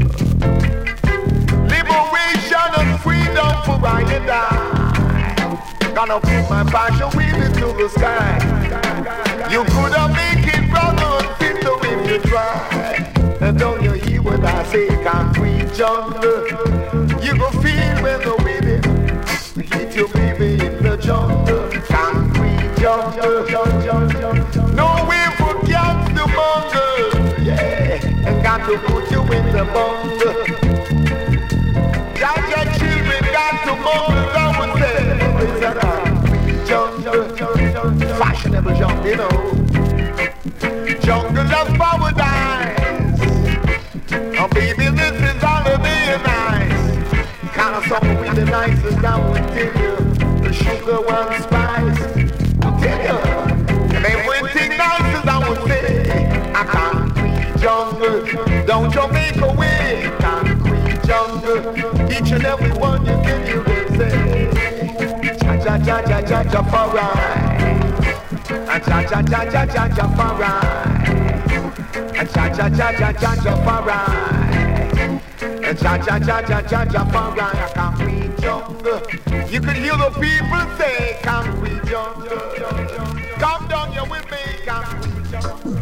Liberation and freedom for I and I. Gonna put my passion with it to the sky. You could have make it, brother, and sister, if you try. And don't you hear what I say, concrete jungle? You go feel when the wind is hit your baby in the jungle. Concrete jungle, jungle, jungle. No way for cats to bungle, yeah. And got to put you in the bungle. Got your children got to bungle, I would say. It's a concrete jungle, fashionable jungle, you know. Jungle of paradise. Oh baby, this is holiday and nice. Kind of something with the nicest, I would tell you. The sugar one spice, I'll tell you. And everything nice as I would say. A concrete jungle, don't you make a way. Concrete jungle, each and every one you can you will say. Cha cha cha cha cha cha for right. Cha cha cha cha cha cha for right. Cha cha cha cha cha cha for right. Cha cha cha cha cha cha for right. Concrete jungle. You can hear the people say concrete jungle. Come down here with me, concrete jungle.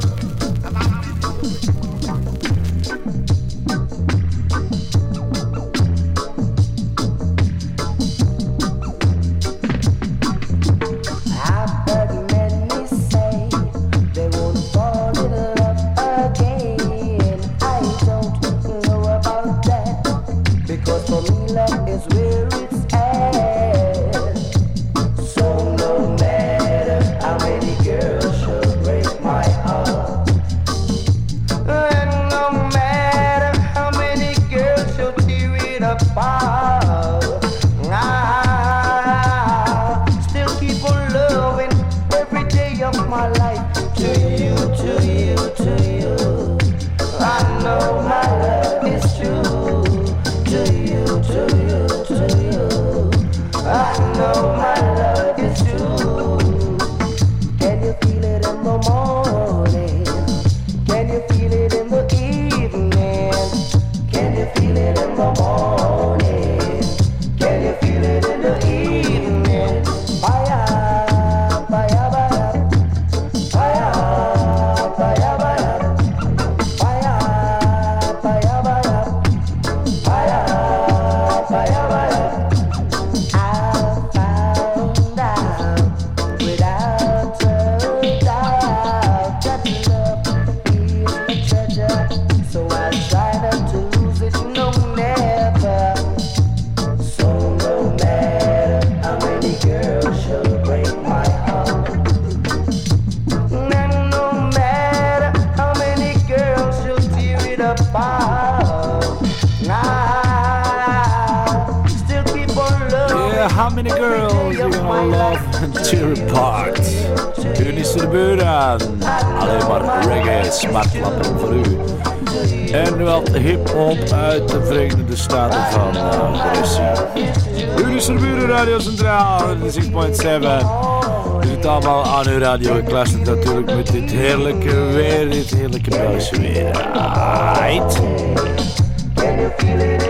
Alleen maar reggae, smartlappen voor u. En wat hip-hop uit de Verenigde Staten van uh, Russie. U is er buren, Radio Centraal, zes komma zeven. U zit allemaal aan uw radio gekluisterd natuurlijk met dit heerlijke weer, dit heerlijke Belgische weer. Right.